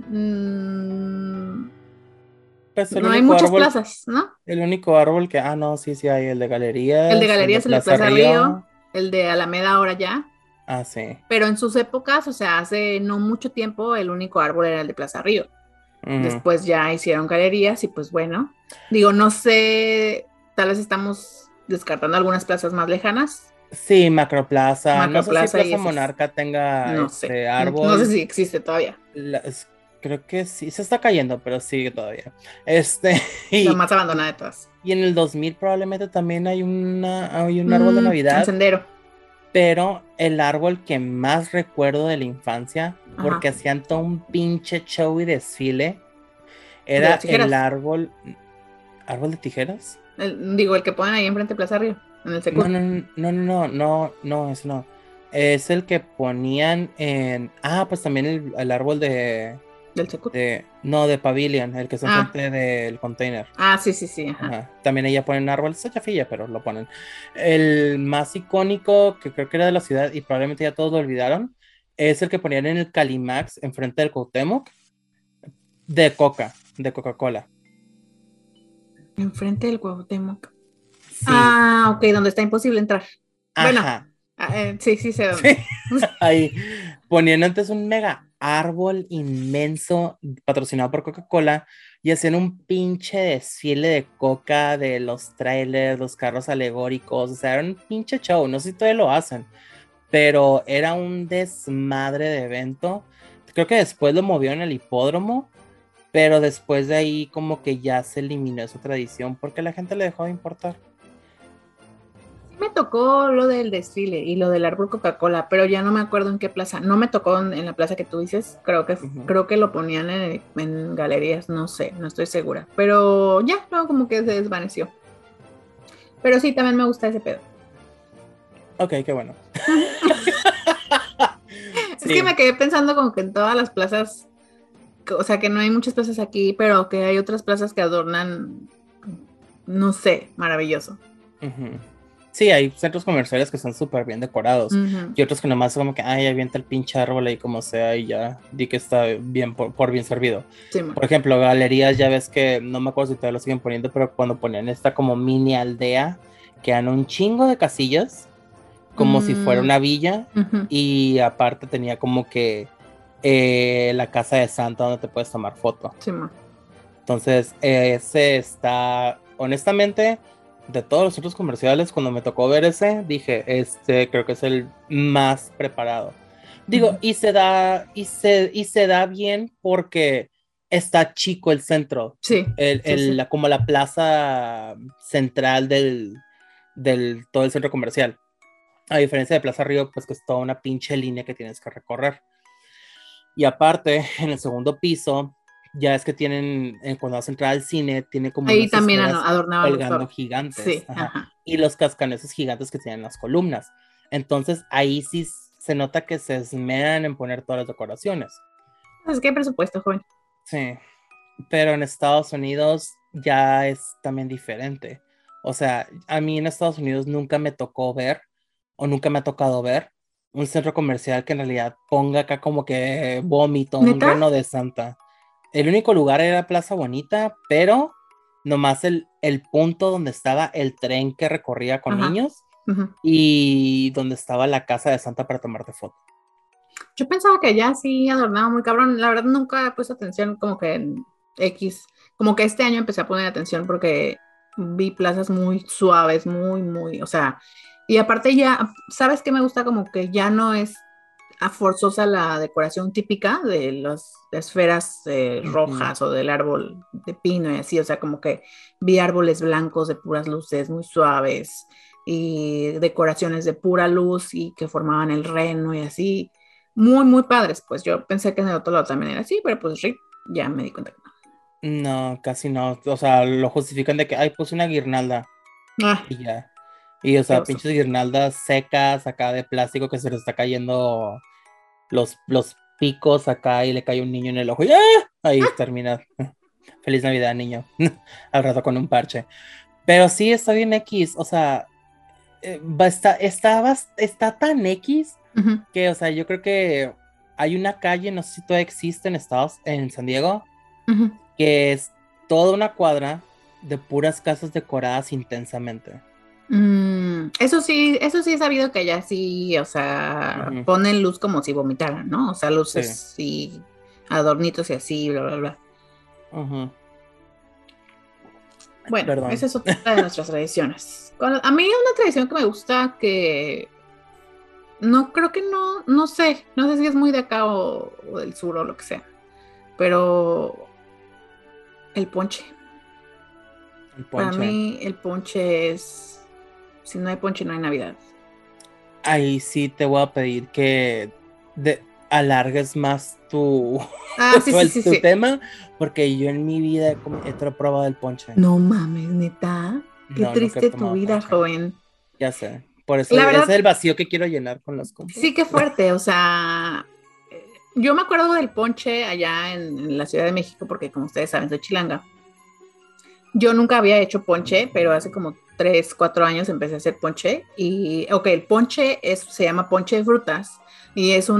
Speaker 1: Pues el
Speaker 2: no hay
Speaker 1: único
Speaker 2: muchas
Speaker 1: árbol,
Speaker 2: plazas, ¿no?
Speaker 1: que, no, sí hay, el de
Speaker 2: El de
Speaker 1: Galerías, el de
Speaker 2: Galerías, el de
Speaker 1: Plaza
Speaker 2: Plaza Río,
Speaker 1: Río.
Speaker 2: el de Alameda ahora ya.
Speaker 1: Sí.
Speaker 2: Pero en sus épocas, o sea, hace no mucho tiempo, el único árbol era el de Plaza Río. Después ya hicieron galerías y pues bueno, digo, no sé, tal vez estamos descartando algunas plazas más lejanas,
Speaker 1: Sí, Macroplaza. No sé si
Speaker 2: Macroplaza y
Speaker 1: Plaza
Speaker 2: esas,
Speaker 1: Monarca tenga
Speaker 2: no sé, no sé
Speaker 1: árbol.
Speaker 2: si existe todavía.
Speaker 1: Creo que sí, se está cayendo, pero sigue todavía.
Speaker 2: La
Speaker 1: Y,
Speaker 2: más abandonada de todas.
Speaker 1: y en el 2000 probablemente también hay un árbol de
Speaker 2: Un
Speaker 1: Navidad,
Speaker 2: sendero.
Speaker 1: pero el árbol que más recuerdo de la infancia,
Speaker 2: Ajá.
Speaker 1: porque hacían todo un pinche show y desfile,
Speaker 2: De las
Speaker 1: era el
Speaker 2: tijeras.
Speaker 1: árbol de tijeras.
Speaker 2: Digo, el que ponen ahí enfrente de Plaza Río, en el
Speaker 1: No,
Speaker 2: Secur.
Speaker 1: no, no, no, no, no, no, eso no. Es el que ponían pues también el árbol
Speaker 2: Del Secur.
Speaker 1: no, de Pavilion, el que está
Speaker 2: Ah,
Speaker 1: enfrente del container.
Speaker 2: sí, sí, sí, ajá.
Speaker 1: Ajá. También ella ponen árbol, es chafilla, pero lo ponen. El más icónico, que creo que era de la ciudad y probablemente ya todos lo olvidaron, es el que ponían en el Calimax enfrente del Cuauhtémoc, de Coca-Cola.
Speaker 2: Enfrente del Cuauhtémoc.
Speaker 1: Sí,
Speaker 2: Ok, donde está imposible entrar. Bueno,
Speaker 1: ajá.
Speaker 2: sí, sí sé
Speaker 1: Sí,
Speaker 2: dónde.
Speaker 1: ahí ponían antes un mega árbol inmenso patrocinado por Coca-Cola y hacían un pinche desfile de coca, de los trailers, los carros alegóricos, o sea, era un pinche show, no sé si todavía lo hacen, pero era un desmadre de evento. Creo que después lo movieron al hipódromo, pero después de ahí como que ya se eliminó esa tradición porque la gente le dejó de importar.
Speaker 2: Me tocó lo del desfile y lo del árbol Coca-Cola, pero ya no me acuerdo en qué plaza. No me tocó en la plaza que tú dices.
Speaker 1: Ujú.
Speaker 2: Creo que lo ponían en galerías, no sé, no estoy segura. Pero ya, luego como que se desvaneció. Pero sí, también me gusta ese pedo.
Speaker 1: Ok, qué bueno.
Speaker 2: Es que
Speaker 1: Sí.
Speaker 2: me quedé pensando como que en todas las plazas, o sea, que no hay muchas plazas aquí, pero que hay otras plazas que adornan, no sé, maravilloso.
Speaker 1: Ujú. Sí, hay centros comerciales que están súper bien decorados
Speaker 2: Ujú.
Speaker 1: y otros que nomás como que, ay, avienta el pinche árbol ahí como sea y ya di que está bien por bien servido.
Speaker 2: Sí, ma.
Speaker 1: Por ejemplo, galerías, ya ves que no me acuerdo si todavía lo siguen poniendo, pero cuando ponían esta como mini aldea, que eran un chingo de casillas, como si fuera
Speaker 2: Mm,
Speaker 1: una villa,
Speaker 2: ujú.
Speaker 1: y aparte tenía como que la casa de Santa donde te puedes tomar foto.
Speaker 2: Sí, ma.
Speaker 1: Entonces, ese está, honestamente, de todos los centros comerciales, cuando me tocó ver ese, dije, creo que es el más preparado. Digo,
Speaker 2: Ujú.
Speaker 1: y se da bien porque está chico el centro.
Speaker 2: Sí.
Speaker 1: Como la plaza central del todo el centro comercial. A diferencia de Plaza Río, pues que es toda una pinche línea que tienes que recorrer. Y aparte, en el segundo piso, ya es que tienen, cuando vas a entrar al cine, tiene como
Speaker 2: ahí
Speaker 1: unas
Speaker 2: también
Speaker 1: esferas
Speaker 2: adornaban
Speaker 1: colgando gigantes.
Speaker 2: Sí,
Speaker 1: ajá. Y los cascaneses gigantes que tienen las columnas. Entonces, ahí sí se nota que se esmeran en poner todas las decoraciones.
Speaker 2: Es que hay presupuesto, joven.
Speaker 1: Sí, pero en Estados Unidos ya es también diferente. O sea, a mí en Estados Unidos nunca me tocó ver, o nunca me ha tocado ver, un centro comercial que en realidad ponga acá como que vómito, un
Speaker 2: ¿Neta?
Speaker 1: reno de santa. El único lugar era Plaza Bonita, pero nomás el punto donde estaba el tren que recorría con niños y donde estaba la casa de Santa para tomarte foto.
Speaker 2: Yo pensaba que allá sí adornaba muy cabrón. La verdad nunca he puesto atención como que en X. Como que este año empecé a poner atención porque vi plazas muy suaves, muy, o sea, y aparte ya, ¿sabes qué me gusta? Como que ya no es forzosa la decoración típica de las esferas rojas o del árbol de pino y así, o sea, como que vi árboles blancos de puras luces muy suaves y decoraciones de pura luz y que formaban el reno y así, muy padres, pues yo pensé que en el otro lado también era así, pero pues RIP, ya me di cuenta que no.
Speaker 1: No, casi no. O sea, lo justifican de que, ay, puse una guirnalda.
Speaker 2: Ah,
Speaker 1: Y ya. Y, o
Speaker 2: qué
Speaker 1: sea,
Speaker 2: oso.
Speaker 1: pinches guirnaldas secas acá de plástico que se les está cayendo los picos acá y le cae un niño en el ojo. Y ¡ah! Ahí termina. Feliz Navidad, niño. Al rato con un parche. Pero sí, está bien X. O sea, está tan X que, o sea, yo creo que hay una calle, no sé si todavía existe en San Diego, que es toda una cuadra de puras casas decoradas intensamente.
Speaker 2: Eso sí he sabido que allá sí, o sea, ponen luz como si vomitaran, ¿no? O sea, luces y adornitos y así, bla, bla, bla. Bueno, esa
Speaker 1: Perdón.
Speaker 2: es otra de nuestras tradiciones. A mí una tradición que me gusta que no creo que no sé si es muy de acá o del sur o lo que sea, pero el ponche.
Speaker 1: El
Speaker 2: Para
Speaker 1: ponche.
Speaker 2: mí el ponche es, si no hay ponche no hay Navidad.
Speaker 1: Ahí sí te voy a pedir que alargues más tu, tu
Speaker 2: Sí.
Speaker 1: tema, porque yo en mi vida he probado el ponche.
Speaker 2: No mames, neta. Qué
Speaker 1: No, nunca he
Speaker 2: triste tu
Speaker 1: tomado
Speaker 2: vida,
Speaker 1: ponche.
Speaker 2: joven.
Speaker 1: Ya sé. Por eso
Speaker 2: La
Speaker 1: ese es
Speaker 2: verdad,
Speaker 1: el vacío que quiero llenar con las compras.
Speaker 2: sí que fuerte. O sea, yo me acuerdo del ponche allá en la Ciudad de México, porque como ustedes saben, soy chilanga. Yo nunca había hecho ponche, pero hace como 3, 4 años empecé a hacer ponche. Y, ok, el ponche se llama ponche de frutas y es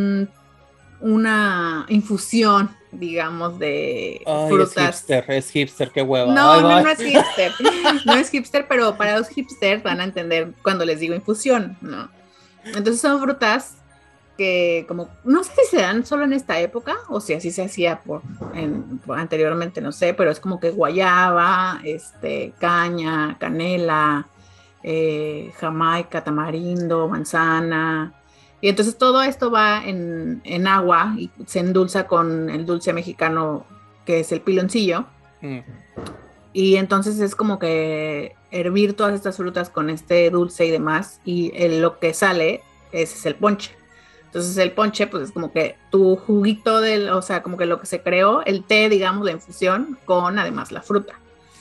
Speaker 2: una infusión, digamos, de
Speaker 1: Ay,
Speaker 2: frutas.
Speaker 1: es hipster, qué hueva. Ay,
Speaker 2: No,
Speaker 1: bye.
Speaker 2: no es hipster. No es hipster, pero para los hipsters van a entender cuando les digo infusión, ¿no? Entonces son frutas que como, no sé si se dan solo en esta época o si así se hacía anteriormente, no sé, pero es como que guayaba, caña, canela, jamaica, tamarindo, manzana. Y entonces todo esto va en agua y se endulza con el dulce mexicano que es el piloncillo. Y entonces es como que hervir todas estas frutas con este dulce y demás y lo que sale ese es el ponche. Entonces el ponche pues es como que tu juguito o sea, como que lo que se creó, el té, digamos, la infusión con además la fruta.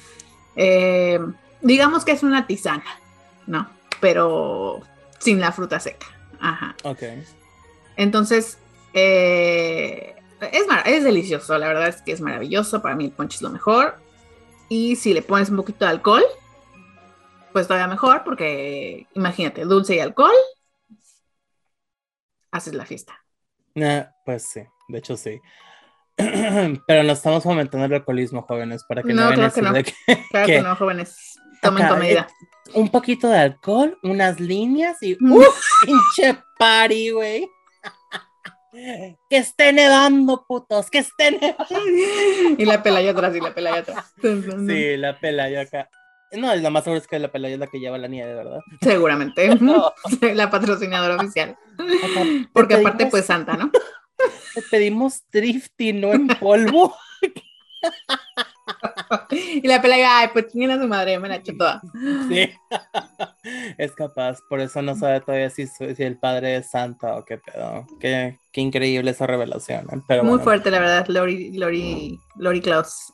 Speaker 2: Digamos que es una tisana, ¿no? Pero sin la fruta seca. Ajá.
Speaker 1: Ok.
Speaker 2: Entonces, es delicioso, la verdad es que es maravilloso, para mí el ponche es lo mejor. Y si le pones un poquito de alcohol, pues todavía mejor, porque imagínate, dulce y alcohol, haces la fiesta.
Speaker 1: Pues sí, de hecho sí. Pero no estamos fomentando el alcoholismo, jóvenes, para que no
Speaker 2: No,
Speaker 1: vayan a
Speaker 2: claro que
Speaker 1: decir
Speaker 2: no.
Speaker 1: de
Speaker 2: Claro que
Speaker 1: que
Speaker 2: no, jóvenes. Tomen
Speaker 1: acá
Speaker 2: con medida.
Speaker 1: un poquito de alcohol, unas líneas y pinche party, güey. Que esté nevando, putos, que esté nevando.
Speaker 2: Y la pelaya atrás, y la pelaya atrás.
Speaker 1: Sí, la pelaya acá. No, lo más seguro es que la pelaya es la que lleva la nieve, ¿verdad?
Speaker 2: Seguramente. La patrocinadora oficial.
Speaker 1: Acá
Speaker 2: Porque aparte, pues Santa, ¿no?
Speaker 1: te pedimos drifting, no en polvo.
Speaker 2: Y la pelea, ay, pues chinguen a su madre, me la echo toda.
Speaker 1: Sí, es capaz, por eso no sabe todavía si el padre es santa o qué pedo. Qué increíble esa revelación, ¿eh? Pero
Speaker 2: Muy
Speaker 1: bueno.
Speaker 2: fuerte, la verdad, Lori Klaus.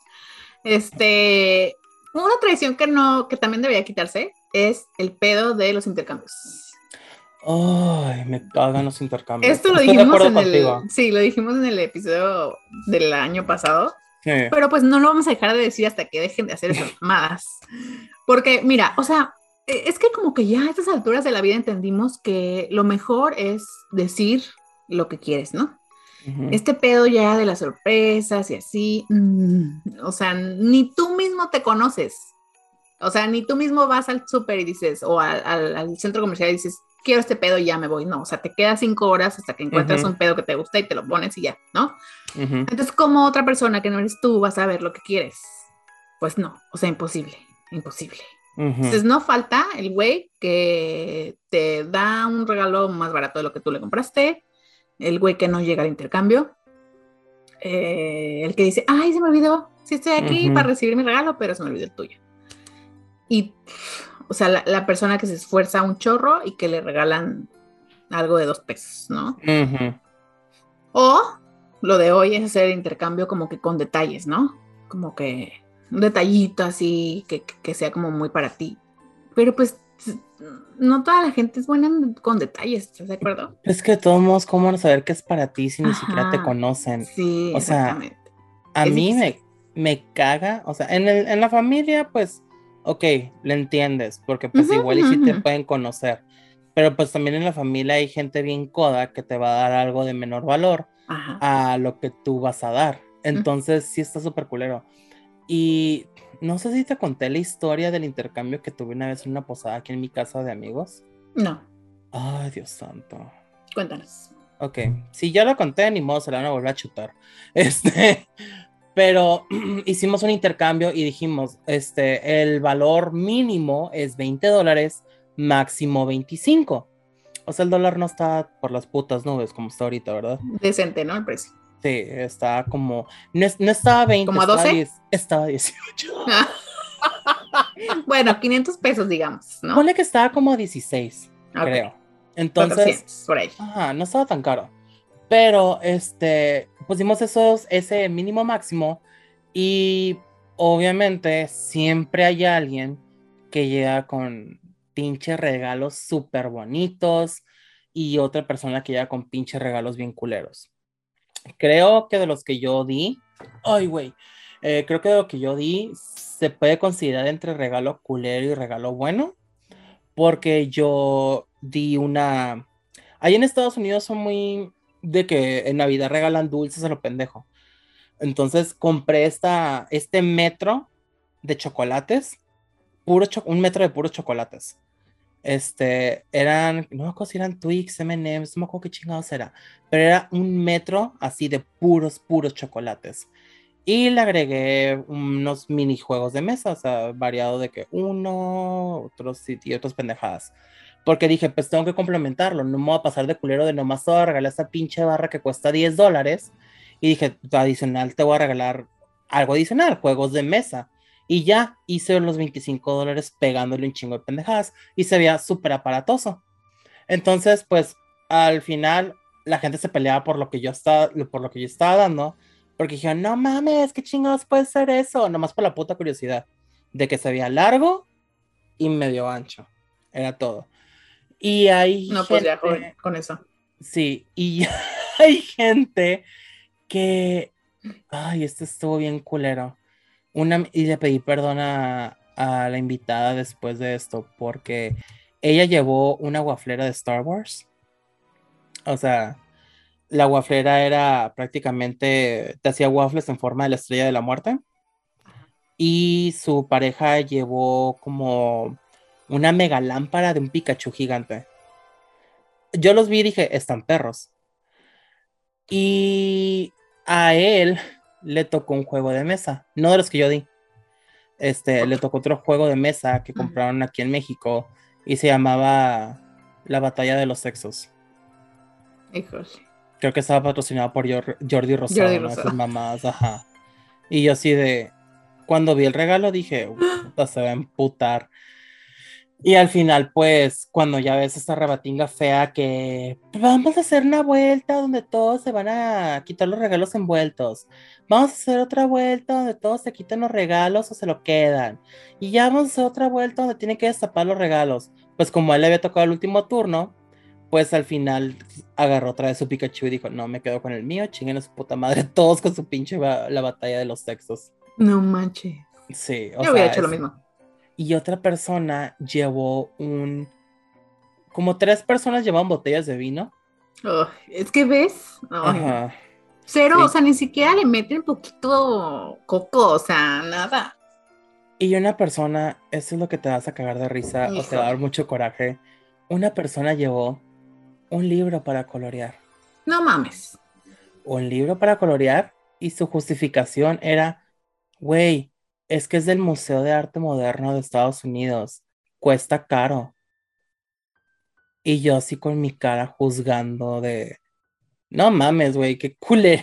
Speaker 2: Una tradición que no, que también debería quitarse es el pedo de los intercambios.
Speaker 1: Ay, me cagan los intercambios.
Speaker 2: Esto lo
Speaker 1: Estoy de
Speaker 2: dijimos
Speaker 1: acuerdo
Speaker 2: en el,
Speaker 1: contigo.
Speaker 2: sí, lo dijimos en el episodio del año pasado,
Speaker 1: Sí.
Speaker 2: pero pues no lo vamos a dejar de decir hasta que dejen de hacer esas mamadas. Porque mira, o sea, es que como que ya a estas alturas de la vida entendimos que lo mejor es decir lo que quieres, ¿no?
Speaker 1: Ujú.
Speaker 2: Este pedo ya de las sorpresas y así, o sea, ni tú mismo te conoces. O sea, ni tú mismo vas al súper y dices, o al centro comercial y dices, quiero este pedo y ya me voy. No, o sea, te quedas 5 horas hasta que encuentras
Speaker 1: Ujú,
Speaker 2: un pedo que te gusta y te lo pones y ya, ¿no?
Speaker 1: ujú,
Speaker 2: Entonces, como otra persona que no eres tú vas a ver lo que quieres. Pues no, o sea, imposible, imposible.
Speaker 1: ujú.
Speaker 2: Entonces, no falta el güey que te da un regalo más barato de lo que tú le compraste, el güey que no llega al intercambio, el que dice, ay, se me olvidó, sí estoy aquí para
Speaker 1: Ujú,
Speaker 2: recibir mi regalo, pero se me olvidó el tuyo. Y, o sea, la persona que se esfuerza un chorro y que le regalan algo de 2 pesos, ¿no?
Speaker 1: ujú.
Speaker 2: O lo de hoy es hacer intercambio como que con detalles, ¿no? Como que un detallito así que sea como muy para ti. Pero pues no toda la gente es buena con detalles, ¿estás de acuerdo?
Speaker 1: Es que de todos modos, ¿cómo van a saber qué es para ti si ni siquiera te
Speaker 2: Ajá,
Speaker 1: conocen?
Speaker 2: sí,
Speaker 1: O sea,
Speaker 2: exactamente.
Speaker 1: a
Speaker 2: Es
Speaker 1: mí
Speaker 2: difícil.
Speaker 1: me caga, o sea, en la familia, pues, ok, le entiendes, porque pues
Speaker 2: Ujú,
Speaker 1: igual y
Speaker 2: ujú,
Speaker 1: sí te
Speaker 2: ujú.
Speaker 1: pueden conocer, pero pues también en la familia hay gente bien coda que te va a dar algo de menor valor
Speaker 2: Ajá.
Speaker 1: a lo que tú vas a dar.
Speaker 2: Ujú.
Speaker 1: Entonces, sí está súper culero. Y no sé si te conté la historia del intercambio que tuve una vez en una posada aquí en mi casa de amigos.
Speaker 2: No,
Speaker 1: Ay, Dios santo.
Speaker 2: cuéntanos.
Speaker 1: Ok, si ya lo conté, ni modo, se la van a volver a chutar. Este, pero hicimos un intercambio y dijimos, el valor mínimo es $20, máximo 25. O sea, el dólar no está por las putas nubes como está ahorita, ¿verdad?
Speaker 2: Decente, ¿no? El precio.
Speaker 1: Sí, está como, no estaba 20,
Speaker 2: ¿Como a 12?
Speaker 1: estaba 18.
Speaker 2: Bueno, 500 pesos, digamos, ¿no?
Speaker 1: Ponle que estaba como a 16,
Speaker 2: Ok,
Speaker 1: creo. Entonces,
Speaker 2: 400, por ahí.
Speaker 1: ajá, no estaba tan caro. Pero, pusimos ese mínimo máximo y obviamente siempre hay alguien que llega con pinches regalos súper bonitos y otra persona que llega con pinches regalos bien culeros. Creo que de los que yo di, ay, güey, creo que de lo que yo di se puede considerar entre regalo culero y regalo bueno, porque yo di una... Ahí en Estados Unidos son muy de que en Navidad regalan dulces a lo pendejo. Entonces compré este metro de chocolates, un metro de puros chocolates. No me acuerdo si eran Twix, M&M's, no me acuerdo qué chingados era, pero era un metro así de puros chocolates. Y le agregué unos minijuegos de mesa, o sea, variado de que otros y otras pendejadas. Porque dije, pues tengo que complementarlo, no me voy a pasar de culero de nomás te voy a regalar esta pinche barra que cuesta $10. Y dije, adicional, te voy a regalar algo adicional, juegos de mesa. Y ya hice los $25 pegándole un chingo de pendejadas y se veía súper aparatoso. Entonces, pues al final la gente se peleaba por lo que yo estaba dando, porque dijeron, no mames, qué chingados puede ser eso, nomás por la puta curiosidad de que se veía largo y medio ancho, era todo. Y hay
Speaker 2: No, pues ya,
Speaker 1: gente,
Speaker 2: joven, con eso.
Speaker 1: sí, y hay gente que, ay, esto estuvo bien culero. Y le pedí perdón a la invitada después de esto, porque ella llevó una guaflera de Star Wars. O sea, la guaflera era prácticamente, te hacía waffles en forma de la estrella de la muerte. Y su pareja llevó como una mega lámpara de un Pikachu gigante. Yo los vi y dije, están perros. Y a él le tocó un juego de mesa, no de los que yo di. Le
Speaker 2: Otro.
Speaker 1: tocó otro juego de mesa que
Speaker 2: Ujú.
Speaker 1: compraron aquí en México y se llamaba La Batalla de los Sexos.
Speaker 2: Híjole.
Speaker 1: Creo que estaba patrocinado por Jordi
Speaker 2: Jordi
Speaker 1: Rosado, ¿no? Esas
Speaker 2: Rosado.
Speaker 1: mamadas, ajá. Y yo así de, cuando vi el regalo dije, puta, se va a emputar. Y al final, pues, cuando ya ves esta rebatinga fea que vamos a hacer una vuelta donde todos se van a quitar los regalos envueltos. Vamos a hacer otra vuelta donde todos se quitan los regalos o se lo quedan. Y ya vamos a hacer otra vuelta donde tienen que destapar los regalos. Pues como a él le había tocado el último turno, pues al final agarró otra vez su Pikachu y dijo, no, me quedo con el mío, chinguen a su puta madre, todos con su pinche la batalla de los sexos.
Speaker 2: No manches.
Speaker 1: Sí, o
Speaker 2: Yo hubiera
Speaker 1: sea,
Speaker 2: hecho lo mismo.
Speaker 1: y otra persona llevó como 3 personas llevaban botellas de vino.
Speaker 2: Oh, es que ves, ay no.
Speaker 1: Ajá.
Speaker 2: Cero, o
Speaker 1: Sí.
Speaker 2: sea, ni siquiera le meten poquito coco, o sea, nada.
Speaker 1: Y una persona, eso es lo que te vas a cagar de risa o te va a dar
Speaker 2: Híjole.
Speaker 1: mucho coraje. Una persona llevó un libro para colorear.
Speaker 2: No mames.
Speaker 1: Un libro para colorear y su justificación era, güey, es que es del Museo de Arte Moderno de Estados Unidos. Cuesta caro. Y yo así con mi cara juzgando de, no mames, güey, qué culero.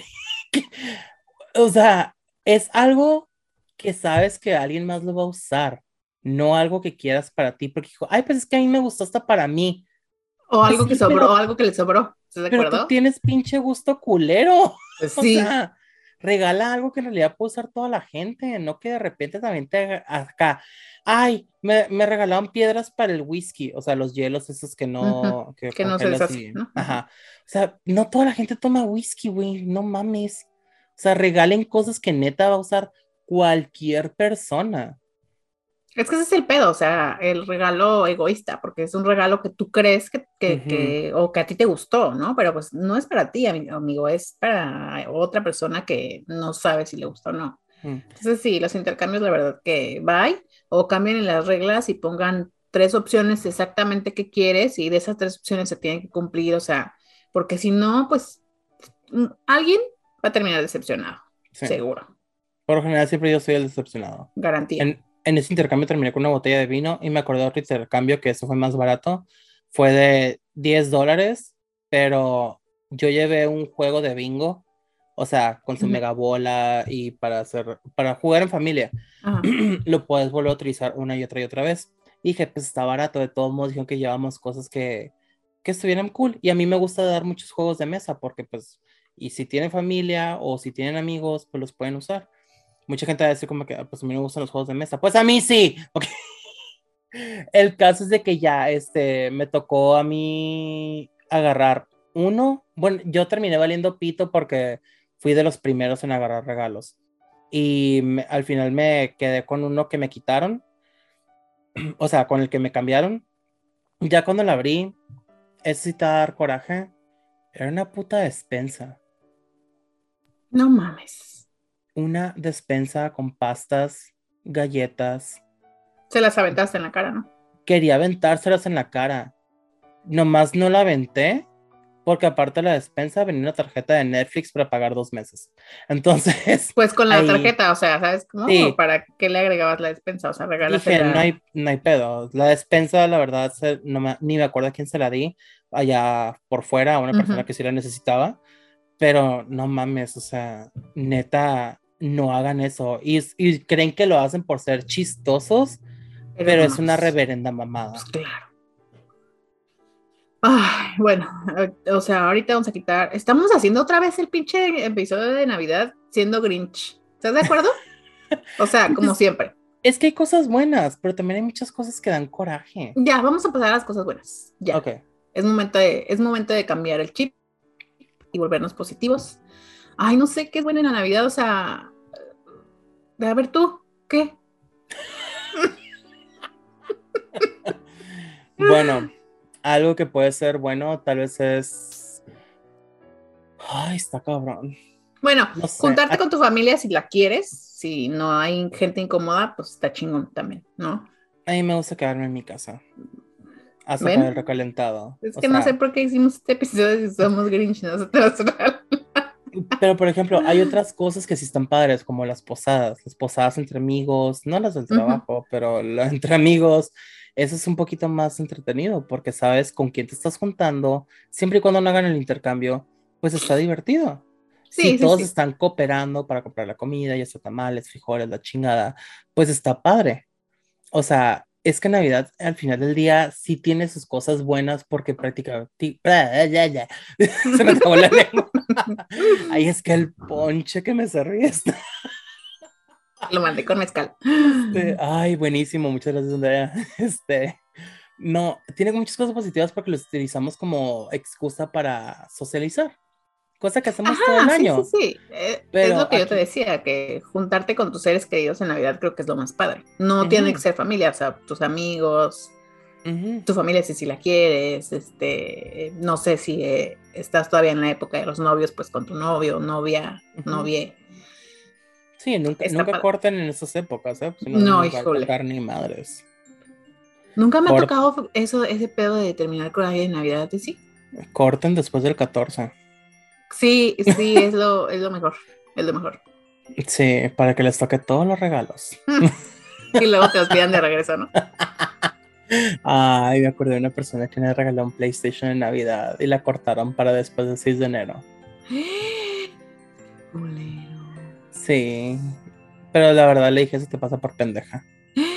Speaker 1: O sea, es algo que sabes que alguien más lo va a usar, no algo que quieras para ti, porque dijo, ay, pues es que a mí me gustó hasta para mí.
Speaker 2: O
Speaker 1: Pues
Speaker 2: algo que
Speaker 1: sí,
Speaker 2: sobró, o algo que le sobró. ¿Estás de
Speaker 1: pero tú
Speaker 2: acuerdo?
Speaker 1: tienes pinche gusto culero.
Speaker 2: Pues
Speaker 1: O
Speaker 2: sí.
Speaker 1: sea, regala algo que en realidad puede usar toda la gente, no que de repente también te acá. Ay, me regalaron piedras para el whisky, o sea, los hielos esos que
Speaker 2: Ujú.
Speaker 1: no, que
Speaker 2: Que no se
Speaker 1: congelas
Speaker 2: deshace,
Speaker 1: y,
Speaker 2: ¿no? Ujú.
Speaker 1: ajá. O sea, no toda la gente toma whisky, güey, no mames. O sea, regalen cosas que neta va a usar cualquier persona.
Speaker 2: Es que ese es el pedo, o sea, el regalo egoísta, porque es un regalo que tú crees
Speaker 1: Ujú,
Speaker 2: o que a ti te gustó, ¿no? Pero pues no es para ti, amigo, es para otra persona que no sabe si le gusta o no.
Speaker 1: ujú.
Speaker 2: Entonces, sí, los intercambios, la verdad que bye, o cambien en las reglas y pongan 3 opciones exactamente que quieres y de esas 3 opciones se tienen que cumplir, o sea, porque si no, pues alguien va a terminar decepcionado,
Speaker 1: Sí.
Speaker 2: seguro,
Speaker 1: Por lo general siempre yo soy el decepcionado.
Speaker 2: garantía.
Speaker 1: En ese intercambio terminé con una botella de vino y me acordé de otro intercambio que eso fue más barato. Fue de $10, pero yo llevé un juego de bingo, o sea, con su
Speaker 2: Ujú.
Speaker 1: mega bola y para jugar en familia.
Speaker 2: Ajá.
Speaker 1: Lo puedes volver a utilizar una y otra vez. Y dije, pues está barato, de todos modos dijeron que llevamos cosas que estuvieran cool. Y a mí me gusta dar muchos juegos de mesa porque pues, y si tienen familia o si tienen amigos, pues los pueden usar. Mucha gente va a decir como que, "Ah, pues a mí no me gustan los juegos de mesa. Pues a mí sí. Ok. El caso es de que ya, me tocó a mí agarrar uno. Bueno, yo terminé valiendo pito porque fui de los primeros en agarrar regalos. Y al final me quedé con uno que me quitaron, o sea, con el que me cambiaron. Ya cuando la abrí, es sí te va a dar coraje. Era una puta despensa.
Speaker 2: No mames.
Speaker 1: Una despensa con pastas, galletas.
Speaker 2: Se las aventaste en la cara, ¿no?
Speaker 1: Quería aventárselas en la cara. Nomás no la aventé porque aparte de la despensa venía una tarjeta de Netflix para pagar 2 meses. Entonces,
Speaker 2: Pues con la
Speaker 1: ahí
Speaker 2: tarjeta, o sea, ¿sabes cómo? ¿O
Speaker 1: sí,
Speaker 2: para qué le agregabas la despensa? O sea,
Speaker 1: dije, no
Speaker 2: regálasela.
Speaker 1: hay, no hay pedo. La despensa, la verdad, ni me acuerdo a quién se la di allá por fuera, a una persona
Speaker 2: Ujú.
Speaker 1: que sí la necesitaba, pero no mames, o sea, neta, no hagan eso. Y creen que lo hacen por ser chistosos,
Speaker 2: Pero
Speaker 1: pero es
Speaker 2: no,
Speaker 1: una
Speaker 2: pues,
Speaker 1: reverenda
Speaker 2: pues
Speaker 1: mamada.
Speaker 2: claro. Ay, bueno, o sea, ahorita vamos a quitar. Estamos haciendo otra vez el pinche episodio de Navidad siendo Grinch. ¿Estás de acuerdo? O sea, como
Speaker 1: Pues
Speaker 2: siempre.
Speaker 1: es que hay cosas buenas, pero también hay muchas cosas que dan coraje.
Speaker 2: Ya, vamos a pasar a las cosas buenas. Ya.
Speaker 1: Ok.
Speaker 2: Es momento de cambiar el chip y volvernos positivos. Ay, no sé qué es bueno en la Navidad, o sea, a ver tú, ¿qué?
Speaker 1: Bueno, algo que puede ser bueno, tal vez es. Ay, está cabrón.
Speaker 2: Bueno,
Speaker 1: No sé.
Speaker 2: juntarte con tu familia si la quieres, si no hay gente incómoda, pues está chingón también, ¿no?
Speaker 1: A mí me gusta quedarme en mi casa hasta para el
Speaker 2: ¿Ven?
Speaker 1: recalentado.
Speaker 2: Es
Speaker 1: O
Speaker 2: que no sé
Speaker 1: sea,
Speaker 2: por qué hicimos este episodio si somos Grinch nosotros.
Speaker 1: pero por ejemplo, hay otras cosas que sí están padres, como las posadas entre amigos, no las del
Speaker 2: Ujú.
Speaker 1: trabajo, pero entre amigos. Eso es un poquito más entretenido porque sabes con quién te estás juntando, siempre y cuando no hagan el intercambio, pues está divertido. Si
Speaker 2: Sí, sí,
Speaker 1: todos
Speaker 2: sí.
Speaker 1: están cooperando para comprar la comida, ya sea tamales, frijoles, la chingada, pues está padre. O sea, es que Navidad al final del día sí tiene sus cosas buenas porque prácticamente... Se me trabó la lengua. Ay, es que el ponche que me se ríe está...
Speaker 2: Lo mandé con mezcal.
Speaker 1: Ay, buenísimo, muchas gracias, Andrea. No, tiene muchas cosas positivas porque lo utilizamos como excusa para socializar, cosa que hacemos todo el
Speaker 2: Ajá, sí, sí,
Speaker 1: año.
Speaker 2: sí. Es lo
Speaker 1: Pero
Speaker 2: que yo te
Speaker 1: aquí,
Speaker 2: decía, que juntarte con tus seres queridos en Navidad creo que es lo más padre. No tiene que
Speaker 1: ujú,
Speaker 2: ser familia, o sea, tus amigos,
Speaker 1: ujú,
Speaker 2: tu familia si la quieres, no sé si estás todavía en la época de los novios, pues con tu novio, novia,
Speaker 1: ujú.
Speaker 2: novie,
Speaker 1: Sí, nunca,
Speaker 2: está
Speaker 1: nunca
Speaker 2: padre.
Speaker 1: corten en esas épocas, ¿eh? Pues si no, no
Speaker 2: No,
Speaker 1: nos va a
Speaker 2: híjole.
Speaker 1: tocar ni madres.
Speaker 2: Nunca me ha
Speaker 1: Cort-
Speaker 2: tocado eso, ese pedo de terminar con alguien en Navidad, ¿y sí?
Speaker 1: corten después del 14.
Speaker 2: Sí, sí, es lo mejor, es lo mejor.
Speaker 1: Sí, para que les toque todos los regalos.
Speaker 2: Y luego te hostigan de regreso, ¿no?
Speaker 1: Ay, me acordé de una persona que me regaló un PlayStation en Navidad y la cortaron para después del 6 de enero.
Speaker 2: Culero.
Speaker 1: Sí, pero la verdad le dije, eso te pasa por pendeja.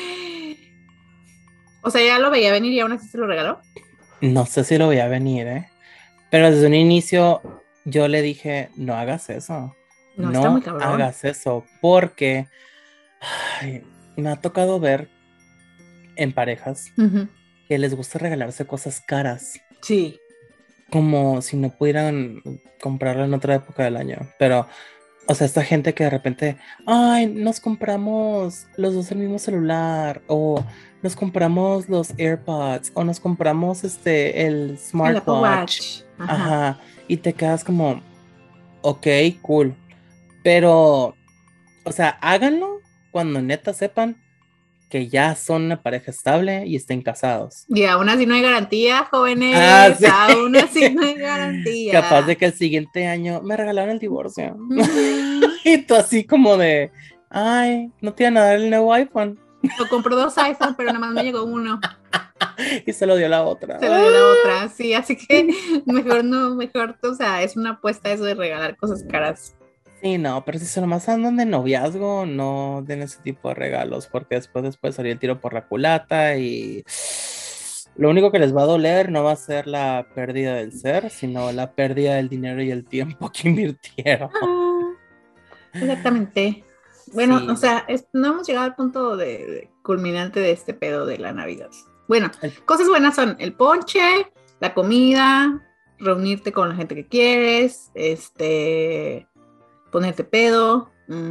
Speaker 2: O sea, ya lo veía venir y aún así se lo regaló.
Speaker 1: No sé si lo voy a venir, ¿eh? Pero desde un inicio yo le dije, no hagas eso,
Speaker 2: No, está muy
Speaker 1: no
Speaker 2: cabrón.
Speaker 1: hagas eso, porque ay, me ha tocado ver en parejas
Speaker 2: Ujú.
Speaker 1: que les gusta regalarse cosas caras,
Speaker 2: Sí.
Speaker 1: como si no pudieran comprarla en otra época del año. Pero, o sea, esta gente que de repente, ay, nos compramos los dos el mismo celular, o nos compramos los AirPods, o nos compramos el
Speaker 2: El Apple
Speaker 1: smartwatch,
Speaker 2: Watch. Ajá.
Speaker 1: ajá, y te quedas como, ok, cool, pero, o sea, háganlo cuando neta sepan que ya son una pareja estable y estén casados.
Speaker 2: Y aún así no hay garantía,
Speaker 1: Ah,
Speaker 2: jóvenes.
Speaker 1: sí.
Speaker 2: Aún así no hay
Speaker 1: Capaz de
Speaker 2: garantía.
Speaker 1: que el siguiente año me regalaron el divorcio.
Speaker 2: Ujú.
Speaker 1: Y tú así como de, ay, no te iban a dar el nuevo iPhone.
Speaker 2: O compró dos iPhones, pero nada más me llegó uno.
Speaker 1: Y se lo dio la otra.
Speaker 2: Se lo dio la otra. Sí, así que mejor no, mejor, o sea, es una apuesta eso de regalar cosas caras.
Speaker 1: Sí, no, pero si se nomás andan de noviazgo, no den ese tipo de regalos, porque después salir el tiro por la culata y lo único que les va a doler no va a ser la pérdida del ser, sino la pérdida del dinero y el tiempo que invirtieron.
Speaker 2: Ah, exactamente. Bueno, o
Speaker 1: Sí, no.
Speaker 2: sea, no hemos llegado al punto de culminante de este pedo de la Navidad. Bueno,
Speaker 1: El-
Speaker 2: cosas buenas son el ponche, la comida, reunirte con la gente que quieres, ponerte pedo,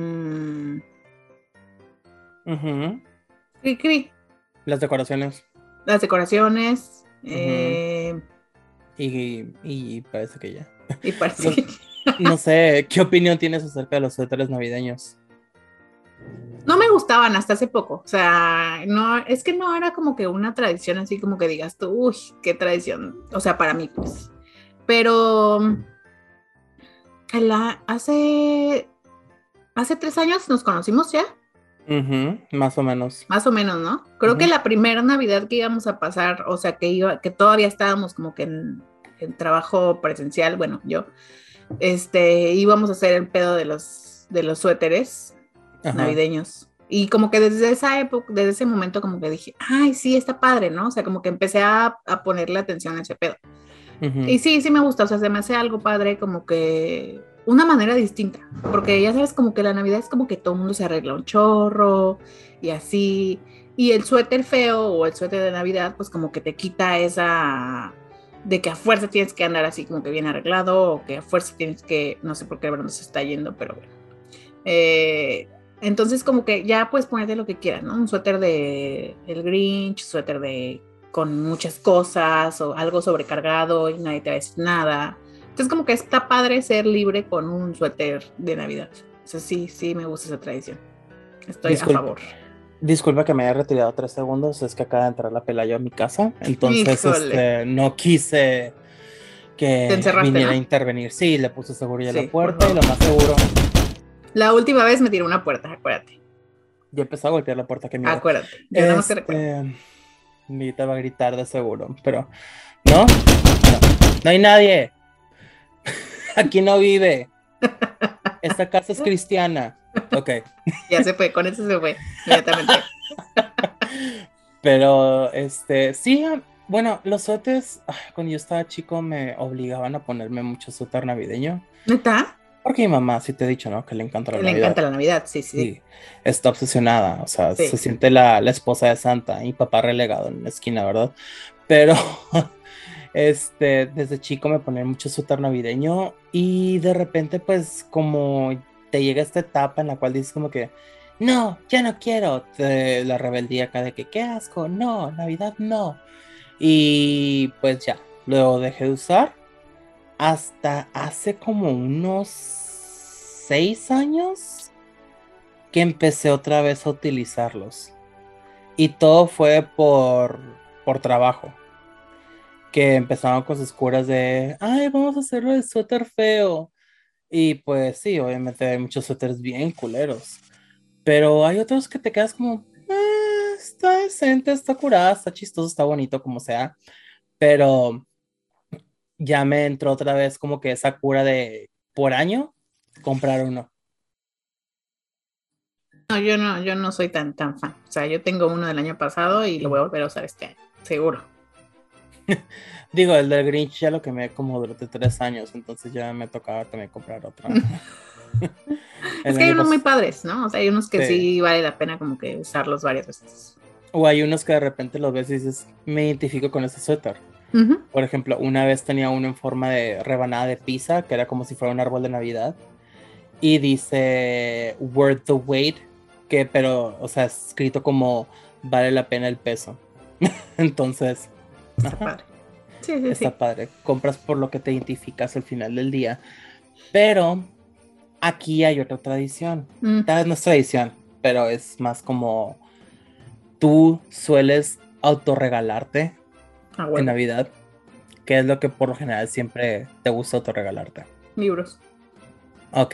Speaker 1: Ujú.
Speaker 2: cri, cri,
Speaker 1: Las decoraciones.
Speaker 2: las decoraciones,
Speaker 1: Ujú. Y parece que ya.
Speaker 2: y parece
Speaker 1: Los-
Speaker 2: que
Speaker 1: no sé, ¿qué opinión tienes acerca de los suéteres navideños?
Speaker 2: no me gustaban hasta hace poco. O sea, no, es que no era como que una tradición así como que digas tú, uy, qué tradición. O sea, para mí, pues. Pero hace 3 años nos conocimos ya,
Speaker 1: Ujú, más o menos.
Speaker 2: más o menos, ¿no? Creo que
Speaker 1: Ujú,
Speaker 2: la primera Navidad que íbamos a pasar, o sea, que todavía estábamos como que en trabajo presencial, bueno, yo, íbamos a hacer el pedo de los suéteres
Speaker 1: ajá.
Speaker 2: navideños. Y como que desde esa época, desde ese momento, como que dije, ay, sí, está padre, ¿no? O sea, como que empecé a ponerle atención a ese pedo.
Speaker 1: Ujú,
Speaker 2: Y sí, sí me gusta, o sea, se me hace algo padre, como que una manera distinta, porque ya sabes, como que la Navidad es como que todo el mundo se arregla un chorro y así, y el suéter feo o el suéter de Navidad, pues como que te quita esa de que a fuerza tienes que andar así como que bien arreglado o que a fuerza tienes que, no sé por qué no se está yendo, pero bueno. Entonces como que ya puedes ponerte lo que quieras, ¿no? Un suéter de el Grinch, suéter de con muchas cosas o algo sobrecargado y nadie te va a decir nada. Entonces como que está padre ser libre con un suéter de Navidad. O sea, sí, sí me gusta esa tradición. Estoy a
Speaker 1: Disculpa,
Speaker 2: favor.
Speaker 1: disculpa que me haya retirado 3 segundos, es que acaba de entrar la Pelayo a mi casa, entonces
Speaker 2: Híjole,
Speaker 1: no quise
Speaker 2: te
Speaker 1: que
Speaker 2: encerraste,
Speaker 1: viniera a
Speaker 2: ¿no?
Speaker 1: intervenir. Sí, le puse seguro ya a la
Speaker 2: Sí, por
Speaker 1: puerta y
Speaker 2: favor.
Speaker 1: lo más seguro,
Speaker 2: La última vez me tiró una puerta, acuérdate.
Speaker 1: ya empezó a golpear la puerta, qué miedo.
Speaker 2: Acuérdate. Yo nada más te recuerdo.
Speaker 1: Ahorita va a gritar de seguro, pero no, no hay nadie, aquí no vive. esta casa es cristiana. Ok.
Speaker 2: Ya se fue, con eso se fue inmediatamente.
Speaker 1: Pero, sí, bueno, los suéteres, cuando yo estaba chico me obligaban a ponerme mucho suéter navideño.
Speaker 2: ¿Neta?
Speaker 1: Porque mi mamá, sí te he dicho, ¿no? Que le encanta la
Speaker 2: Que le
Speaker 1: Navidad.
Speaker 2: encanta la Navidad, sí, sí, sí.
Speaker 1: Sí, está obsesionada, o sea, se
Speaker 2: Sí.
Speaker 1: siente la esposa de Santa y papá relegado en la esquina, ¿verdad? Pero, desde chico me ponía mucho suéter navideño y de repente, pues, como te llega esta etapa en la cual dices como que, no, ya no quiero, la rebeldía acá de que, qué asco, no, Navidad no. Y pues ya, lo dejé de usar hasta hace como unos 6 años que empecé otra vez a utilizarlos. Y todo fue por trabajo. Que empezaron con sus curas de, ay, vamos a hacerlo de suéter feo. Y pues sí, obviamente hay muchos suéteres bien culeros. Pero hay otros que te quedas como, está decente, está curada, está chistoso, está bonito, como sea. Pero ya me entró otra vez como que esa cura de por año comprar uno.
Speaker 2: No, yo no soy tan fan. O sea, yo tengo uno del año pasado y lo voy a volver a usar este año, seguro.
Speaker 1: Digo, el del Grinch ya lo quemé como durante 3 años, entonces ya me tocaba también comprar otra.
Speaker 2: Es
Speaker 1: El
Speaker 2: que hay
Speaker 1: año
Speaker 2: unos muy
Speaker 1: pasado.
Speaker 2: padres, ¿no? O sea, hay unos que
Speaker 1: Sí.
Speaker 2: sí vale la pena como que usarlos varias veces.
Speaker 1: O hay unos que de repente los ves y dices, me identifico con ese suéter.
Speaker 2: Ujú.
Speaker 1: Por ejemplo, una vez tenía uno en forma de rebanada de pizza, que era como si fuera un árbol de Navidad, y dice worth the wait, pero, o sea, escrito como vale la pena el peso. Entonces,
Speaker 2: Está
Speaker 1: ajá,
Speaker 2: padre. Sí, sí, sí.
Speaker 1: está padre. Compras por lo que te identificas al final del día. Pero aquí hay otra tradición.
Speaker 2: Mm,
Speaker 1: Tal vez no es tradición, pero es más como tú sueles autorregalarte
Speaker 2: a
Speaker 1: en
Speaker 2: huevo.
Speaker 1: Navidad, que es lo que por lo general siempre te gusta autorregalarte.
Speaker 2: Libros.
Speaker 1: Ok,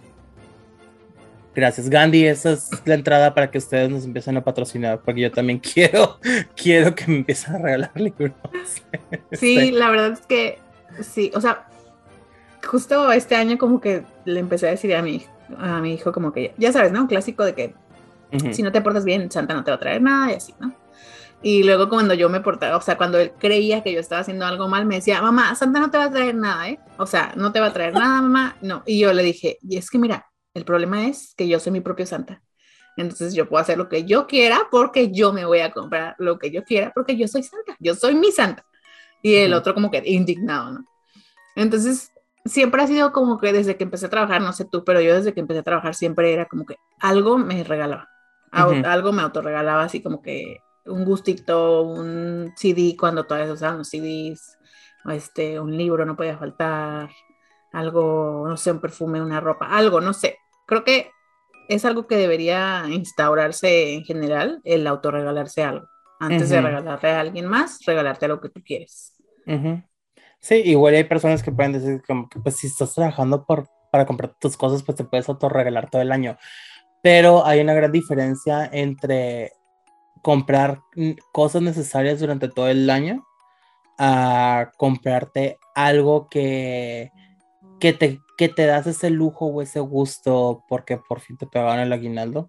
Speaker 1: gracias Gandhi, esa es la entrada para que ustedes nos empiecen a patrocinar, porque yo también quiero que me empiecen a regalar libros.
Speaker 2: Sí, la verdad es que sí. O sea, justo este año como que le empecé a decir a mi hijo como que, ya sabes, ¿no? Un clásico de que si
Speaker 1: Ujú,
Speaker 2: no te portas bien, Santa no te va a traer nada y así, ¿no? Y luego cuando yo me portaba, o sea, cuando él creía que yo estaba haciendo algo mal, me decía, mamá, Santa no te va a traer nada, ¿eh? O sea, no te va a traer nada, mamá, no. Y yo le dije, y es que mira, el problema es que yo soy mi propio Santa. Entonces yo puedo hacer lo que yo quiera porque yo me voy a comprar lo que yo quiera porque yo soy Santa, yo soy mi Santa. Y el
Speaker 1: ujú,
Speaker 2: otro como que indignado, ¿no? Entonces, siempre ha sido como que desde que empecé a trabajar, no sé tú, pero yo desde que empecé a trabajar siempre era como que algo me regalaba,
Speaker 1: ujú,
Speaker 2: algo me autorregalaba, así como que un gustito, un CD cuando todavía se usaban los CDs, o un libro no podía faltar, algo, no sé, un perfume, una ropa, algo, no sé. Creo que es algo que debería instaurarse en general, el autorregalarse algo. Antes de
Speaker 1: ujú,
Speaker 2: regalarle a alguien más, regalarte lo que tú quieres.
Speaker 1: ujú. Sí, igual hay personas que pueden decir como que pues si estás trabajando para comprar tus cosas, pues te puedes autorregalar todo el año. Pero hay una gran diferencia entre comprar cosas necesarias durante todo el año a comprarte algo que te das ese lujo o ese gusto porque por fin te pagaron el aguinaldo.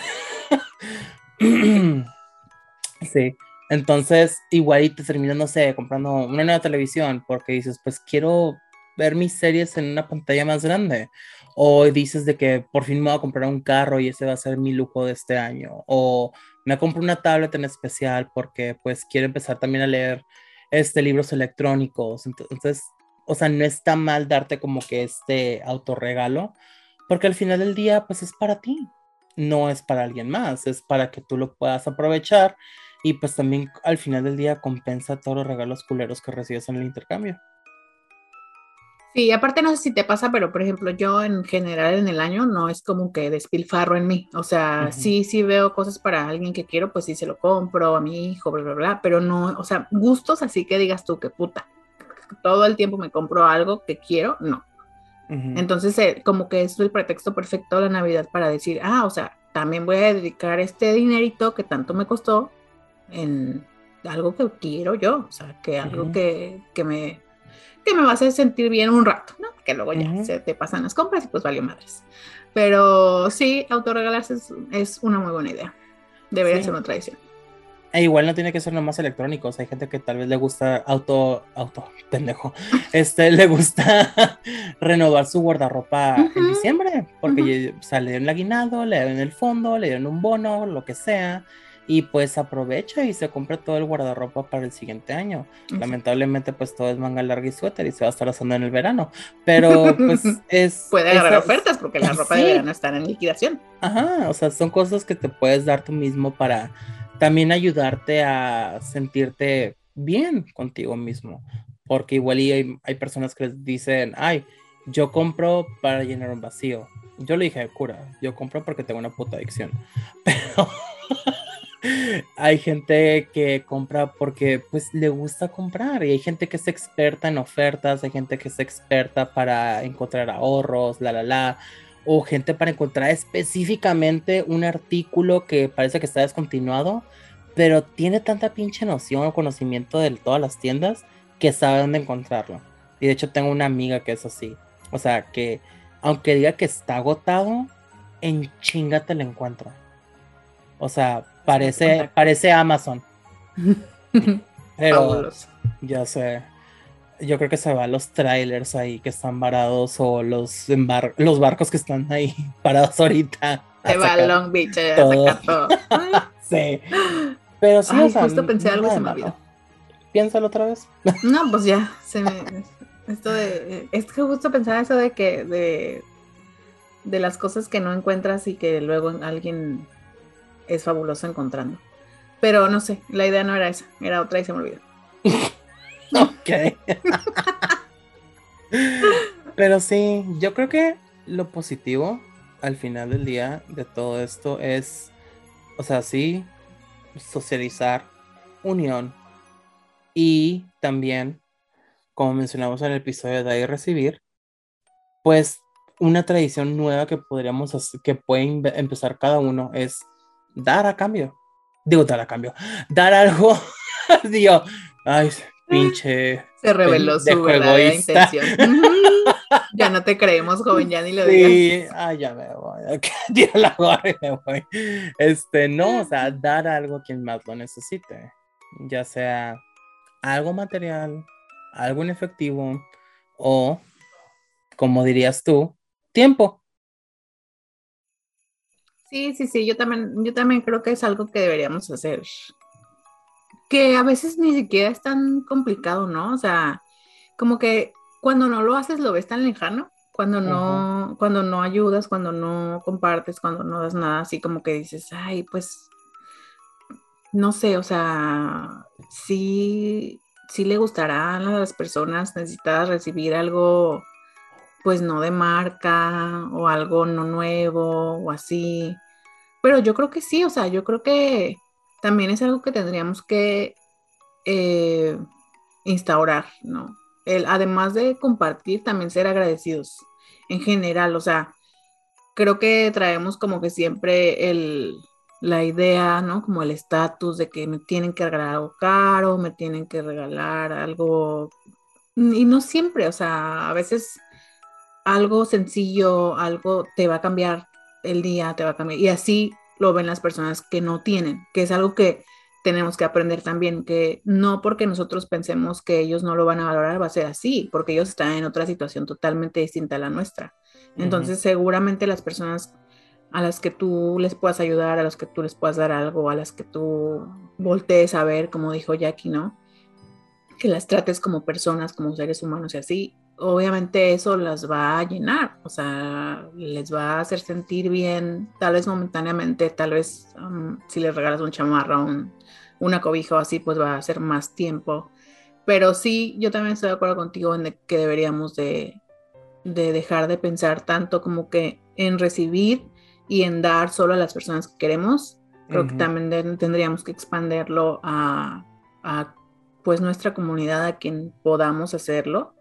Speaker 1: Sí, entonces igual y te terminas, no sé, comprando una nueva televisión porque dices, pues quiero ver mis series en una pantalla más grande. O dices de que por fin me voy a comprar un carro y ese va a ser mi lujo de este año. O me compro una tablet en especial porque pues quiero empezar también a leer libros electrónicos. Entonces, o sea, no está mal darte como que este autorregalo porque al final del día pues es para ti, no es para alguien más, es para que tú lo puedas aprovechar y pues también al final del día compensa todos los regalos culeros que recibes en el intercambio.
Speaker 2: Sí, aparte no sé si te pasa, pero por ejemplo, yo en general en el año no es como que despilfarro en mí. O sea,
Speaker 1: Ujú,
Speaker 2: sí veo cosas para alguien que quiero, pues sí se lo compro a mi hijo, bla, bla, bla, pero no, o sea, gustos así que digas tú que puta, todo el tiempo me compro algo que quiero, no.
Speaker 1: ujú,
Speaker 2: Entonces, como que es el pretexto perfecto de la Navidad para decir, o sea, también voy a dedicar este dinerito que tanto me costó en algo que quiero yo, o sea, que algo
Speaker 1: ujú,
Speaker 2: que que me va a hacer sentir bien un rato, ¿no? Que luego ya se te pasan las compras y pues valió madres. Pero sí, autorregalarse es una muy buena idea. Debería ser una tradición.
Speaker 1: E igual no tiene que ser nomás electrónicos. Hay gente que tal vez le gusta pendejo. Le gusta renovar su guardarropa en diciembre, porque sale en el aguinaldo, le dan el fondo, le dan un bono, lo que sea, y pues aprovecha y se compra todo el guardarropa para el siguiente año. Lamentablemente, pues todo es manga larga y suéter y se va a estar usando en el verano. Pero pues
Speaker 2: puede agarrar ofertas porque la ropa de verano está en liquidación.
Speaker 1: Ajá, o sea, son cosas que te puedes dar tú mismo para también ayudarte a sentirte bien contigo mismo, porque igual hay personas que les dicen, ay, yo compro para llenar un vacío. Yo le dije, cura, yo compro porque tengo una puta adicción, pero hay gente que compra porque pues le gusta comprar, y hay gente que es experta en ofertas, hay gente que es experta para encontrar ahorros, o gente para encontrar específicamente un artículo que parece que está descontinuado, pero tiene tanta pinche noción o conocimiento de todas las tiendas que sabe dónde encontrarlo. Y de hecho tengo una amiga que es así, o sea, que aunque diga que está agotado, en chinga te lo encuentra. O sea, parece Amazon. Pero
Speaker 2: fabuloso.
Speaker 1: Ya sé. Yo creo que se va a los trailers ahí que están varados, o los barcos que están ahí parados ahorita.
Speaker 2: Se va a Long Beach a sacar todo.
Speaker 1: Sí. Pero sí,
Speaker 2: ay,
Speaker 1: o sea,
Speaker 2: justo pensé algo y se me olvidó.
Speaker 1: Piénsalo otra vez.
Speaker 2: No, pues ya, es que justo pensaba eso de que de las cosas que no encuentras y que luego alguien es fabuloso encontrando. Pero no sé, la idea no era esa, era otra y se me olvidó.
Speaker 1: Ok. Pero sí, yo creo que lo positivo al final del día de todo esto es, o sea, sí, socializar, unión, y también, como mencionamos en el episodio de Dar y Recibir, pues una tradición nueva que podríamos hacer, que puede empezar cada uno, es dar a cambio. Digo, dar a cambio. Dar algo. Dios, ay, pinche.
Speaker 2: Se reveló su verdadera intención. Ya no te creemos, joven, ya ni lo digas.
Speaker 1: Sí, ay, ya me voy. Tiro la gorra y me voy. No, o sea, dar algo a quien más lo necesite. Ya sea algo material, algo en efectivo, o, como dirías tú, tiempo.
Speaker 2: Sí, yo también creo que es algo que deberíamos hacer. Que a veces ni siquiera es tan complicado, ¿no? O sea, como que cuando no lo haces lo ves tan lejano, cuando no ayudas, cuando no compartes, cuando no das nada, así como que dices, ay, pues, no sé, o sea, sí le gustará a las personas necesitadas recibir algo, pues no de marca o algo no nuevo o así. Pero yo creo que sí, o sea, yo creo que también es algo que tendríamos que eh, instaurar, ¿no? Además de compartir, también ser agradecidos en general, o sea, creo que traemos como que siempre la idea, ¿no? Como el estatus de que me tienen que regalar algo caro, me tienen que regalar algo, y no siempre, o sea, a veces algo sencillo, algo te va a cambiar el día, te va a cambiar. Y así lo ven las personas que no tienen, que es algo que tenemos que aprender también, que no porque nosotros pensemos que ellos no lo van a valorar va a ser así, porque ellos están en otra situación totalmente distinta a la nuestra. Entonces, seguramente las personas a las que tú les puedas ayudar, a las que tú les puedas dar algo, a las que tú voltees a ver, como dijo Jackie, ¿no? Que las trates como personas, como seres humanos y así, obviamente eso las va a llenar, o sea, les va a hacer sentir bien, tal vez momentáneamente, tal vez si les regalas un chamarra, una cobija o así, pues va a ser más tiempo. Pero sí, yo también estoy de acuerdo contigo en que deberíamos de dejar de pensar tanto como que en recibir y en dar solo a las personas que queremos. Creo que también tendríamos que expanderlo a pues nuestra comunidad, a quien podamos hacerlo,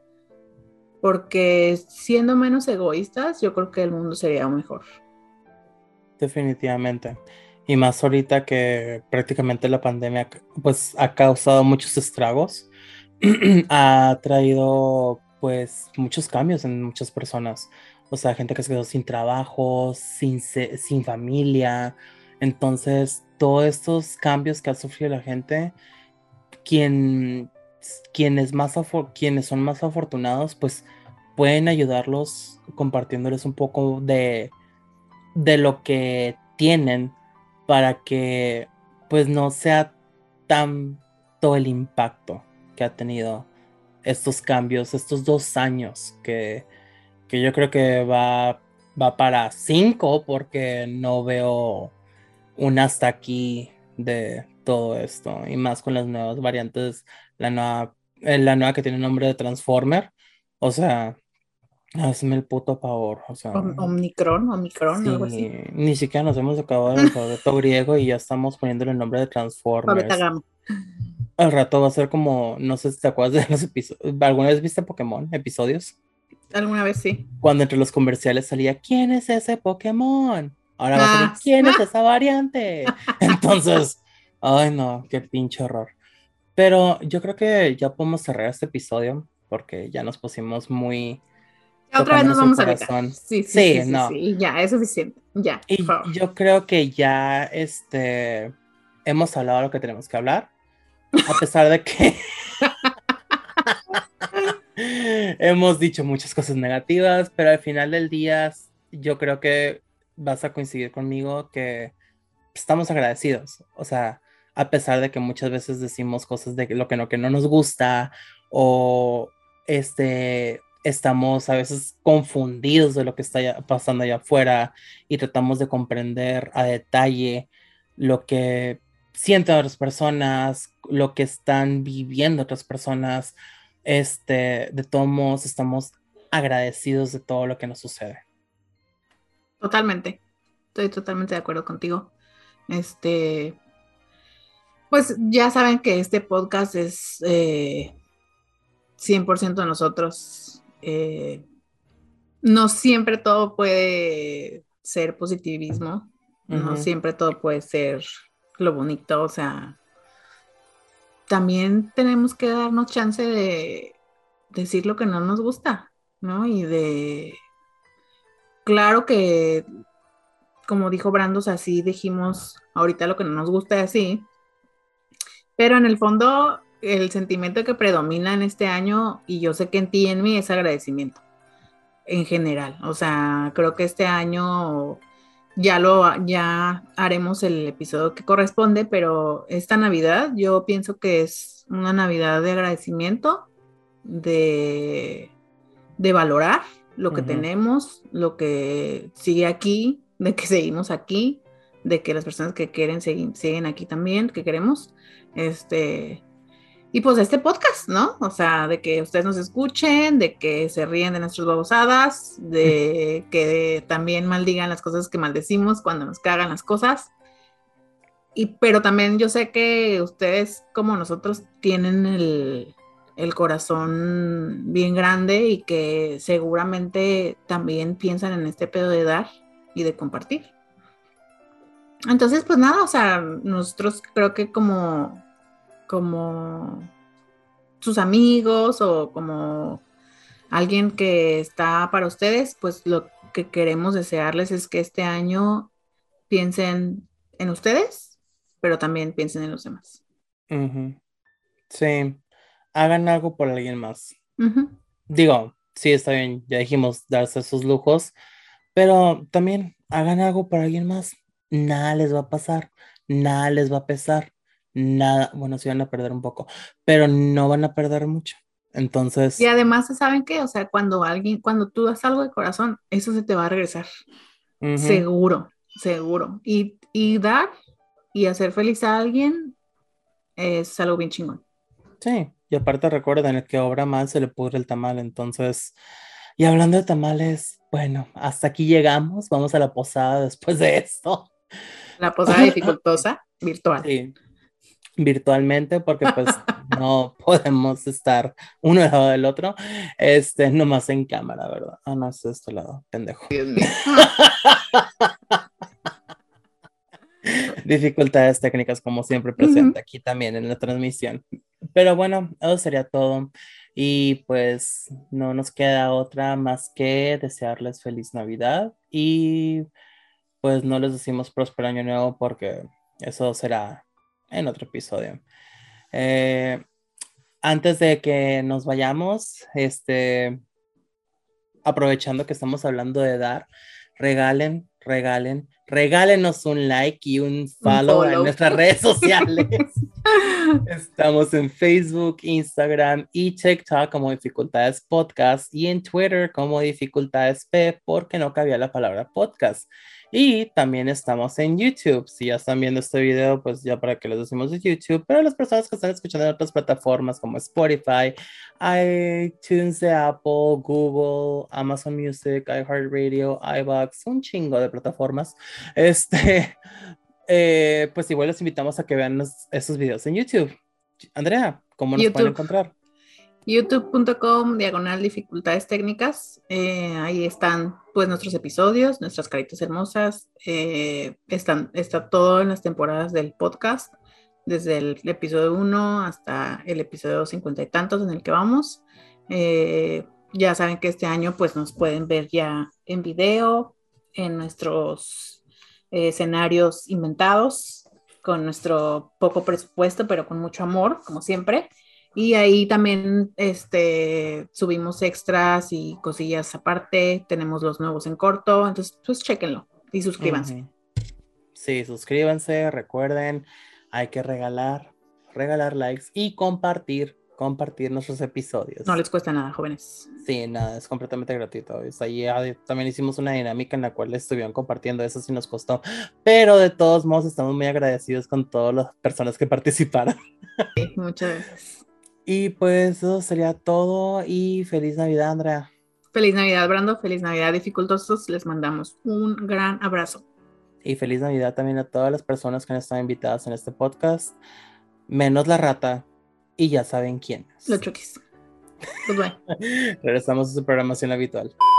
Speaker 2: porque siendo menos egoístas, yo creo que el mundo sería mejor.
Speaker 1: Definitivamente. Y más ahorita que prácticamente la pandemia pues ha causado muchos estragos, ha traído pues muchos cambios en muchas personas. O sea, gente que se quedó sin trabajo, sin familia. Entonces, todos estos cambios que ha sufrido la gente, quien, quienes son más afortunados, pues pueden ayudarlos compartiéndoles un poco de lo que tienen para que pues no sea tanto el impacto que ha tenido estos cambios, estos 2 años que yo creo que va para 5 porque no veo un hasta aquí de todo esto y más con las nuevas variantes, la nueva que tiene nombre de Transformer, o sea, hazme el puto favor, o sea,
Speaker 2: Omicron, algo
Speaker 1: sí,
Speaker 2: así.
Speaker 1: ni siquiera nos hemos acabado el alfabeto griego y ya estamos poniéndole el nombre de
Speaker 2: Beta
Speaker 1: Transformers.
Speaker 2: Gamma.
Speaker 1: Al rato va a ser como, no sé si te acuerdas de los episodios, ¿alguna vez viste Pokémon episodios?
Speaker 2: Alguna vez sí.
Speaker 1: Cuando entre los comerciales salía, ¿quién es ese Pokémon? Ahora va a salir,
Speaker 2: Ah,
Speaker 1: ¿quién es esa variante? Entonces, ay no, qué pinche horror. Pero yo creo que ya podemos cerrar este episodio porque ya nos pusimos muy
Speaker 2: ya otra vez nos
Speaker 1: tocándonos el
Speaker 2: vamos a agüitar.
Speaker 1: corazón.
Speaker 2: Sí, sí, sí,
Speaker 1: Sí,
Speaker 2: sí,
Speaker 1: no.
Speaker 2: sí. Ya, es suficiente. Ya, por
Speaker 1: Y
Speaker 2: favor.
Speaker 1: yo creo que ya hemos hablado lo que tenemos que hablar, a pesar de que hemos dicho muchas cosas negativas, pero al final del día yo creo que vas a coincidir conmigo que estamos agradecidos. O sea, a pesar de que muchas veces decimos cosas de lo que no nos gusta o estamos a veces confundidos de lo que está pasando allá afuera y tratamos de comprender a detalle lo que sienten otras personas, lo que están viviendo otras personas. De todos modos, estamos agradecidos de todo lo que nos sucede.
Speaker 2: Totalmente. Estoy totalmente de acuerdo contigo. Pues ya saben que este podcast es 100% de nosotros. No siempre todo puede ser positivismo, no
Speaker 1: Ujú,
Speaker 2: siempre todo puede ser lo bonito, o sea, también tenemos que darnos chance de decir lo que no nos gusta, ¿no? Claro que, como dijo Brandos, así dijimos ahorita lo que no nos gusta y así, pero en el fondo el sentimiento que predomina en este año, y yo sé que en ti y en mí, es agradecimiento en general. O sea, creo que este año ya haremos el episodio que corresponde, pero esta Navidad yo pienso que es una Navidad de agradecimiento, de, de valorar lo que
Speaker 1: ujú.
Speaker 2: tenemos, lo que sigue aquí, de que seguimos aquí, de que las personas que quieren siguen aquí también, que queremos, y pues este podcast, ¿no? O sea, de que ustedes nos escuchen, de que se ríen de nuestras babosadas, de que también maldigan las cosas que maldecimos cuando nos cagan las cosas. Pero también yo sé que ustedes, como nosotros, tienen el corazón bien grande y que seguramente también piensan en este pedo de dar y de compartir. Entonces, pues nada, o sea, nosotros creo que como sus amigos o como alguien que está para ustedes, pues lo que queremos desearles es que este año piensen en ustedes, pero también piensen en los demás.
Speaker 1: Ujú. Sí, hagan algo por alguien más.
Speaker 2: Ujú.
Speaker 1: Digo, sí, está bien, ya dijimos darse sus lujos, pero también hagan algo por alguien más. Nada les va a pasar, nada les va a pesar, nada, bueno, sí van a perder un poco, pero no van a perder mucho.
Speaker 2: Y
Speaker 1: Entonces,
Speaker 2: además, ¿saben qué? O sea, cuando tú das algo de corazón, eso se te va a regresar.
Speaker 1: ujú,
Speaker 2: Seguro, seguro. Y dar y hacer feliz a alguien es algo bien chingón.
Speaker 1: sí, y aparte recuerden, el que obra mal se le pudre el tamal, entonces, y hablando de tamales, bueno, hasta aquí llegamos, vamos a la posada después de esto.
Speaker 2: La posada dificultosa virtual.
Speaker 1: Sí, virtualmente porque pues no podemos estar uno al lado del otro, nomás en cámara, ¿verdad? Ah, no, es de este lado, pendejo.
Speaker 2: Dios mío.
Speaker 1: Dificultades técnicas como siempre presente aquí también en la transmisión. Pero bueno, eso sería todo. Y pues no nos queda otra más que desearles feliz Navidad y pues no les decimos próspero año nuevo porque eso será en otro episodio. Eh, Antes de que nos vayamos, aprovechando que estamos hablando de dar, regálenos un like y un
Speaker 2: Un
Speaker 1: follow en
Speaker 2: follow.
Speaker 1: nuestras redes sociales. Estamos en Facebook, Instagram y TikTok como Dificultades Podcast y en Twitter como Dificultades P porque no cabía la palabra podcast. Y también estamos en YouTube. Si ya están viendo este video, pues ya para que les decimos de YouTube, pero las personas que están escuchando en otras plataformas como Spotify, iTunes de Apple, Google, Amazon Music, iHeartRadio, iVoox, un chingo de plataformas. Pues igual los invitamos a que vean esos videos en YouTube. Andrea, ¿cómo nos pueden
Speaker 2: YouTube.
Speaker 1: encontrar?
Speaker 2: youtube.com/dificultades técnicas. Ahí están pues nuestros episodios, nuestras caritas hermosas. Está todo en las temporadas del podcast, desde el episodio 1 hasta el episodio 50 y tantos en el que vamos. Ya saben que este año pues nos pueden ver ya en video, en nuestros escenarios inventados, con nuestro poco presupuesto, pero con mucho amor, como siempre. Y ahí también subimos extras y cosillas aparte. Tenemos los nuevos en corto. Entonces, pues chéquenlo y suscríbanse.
Speaker 1: Uh-huh. Sí, suscríbanse, recuerden, hay que regalar likes y compartir nuestros episodios.
Speaker 2: No les cuesta nada, jóvenes.
Speaker 1: Sí, nada, es completamente gratuito. Ahí también hicimos una dinámica en la cual estuvieron compartiendo, eso sí nos costó, pero de todos modos estamos muy agradecidos con todas las personas que participaron.
Speaker 2: Sí, muchas gracias.
Speaker 1: Y pues eso sería todo y feliz Navidad, Andrea.
Speaker 2: Feliz Navidad, Brando. Feliz Navidad, dificultosos. Les mandamos un gran abrazo.
Speaker 1: Y feliz Navidad también a todas las personas que han estado invitadas en este podcast, menos la rata, y ya saben quién es.
Speaker 2: Lo choquis. Pues bye.
Speaker 1: Regresamos a su programación habitual.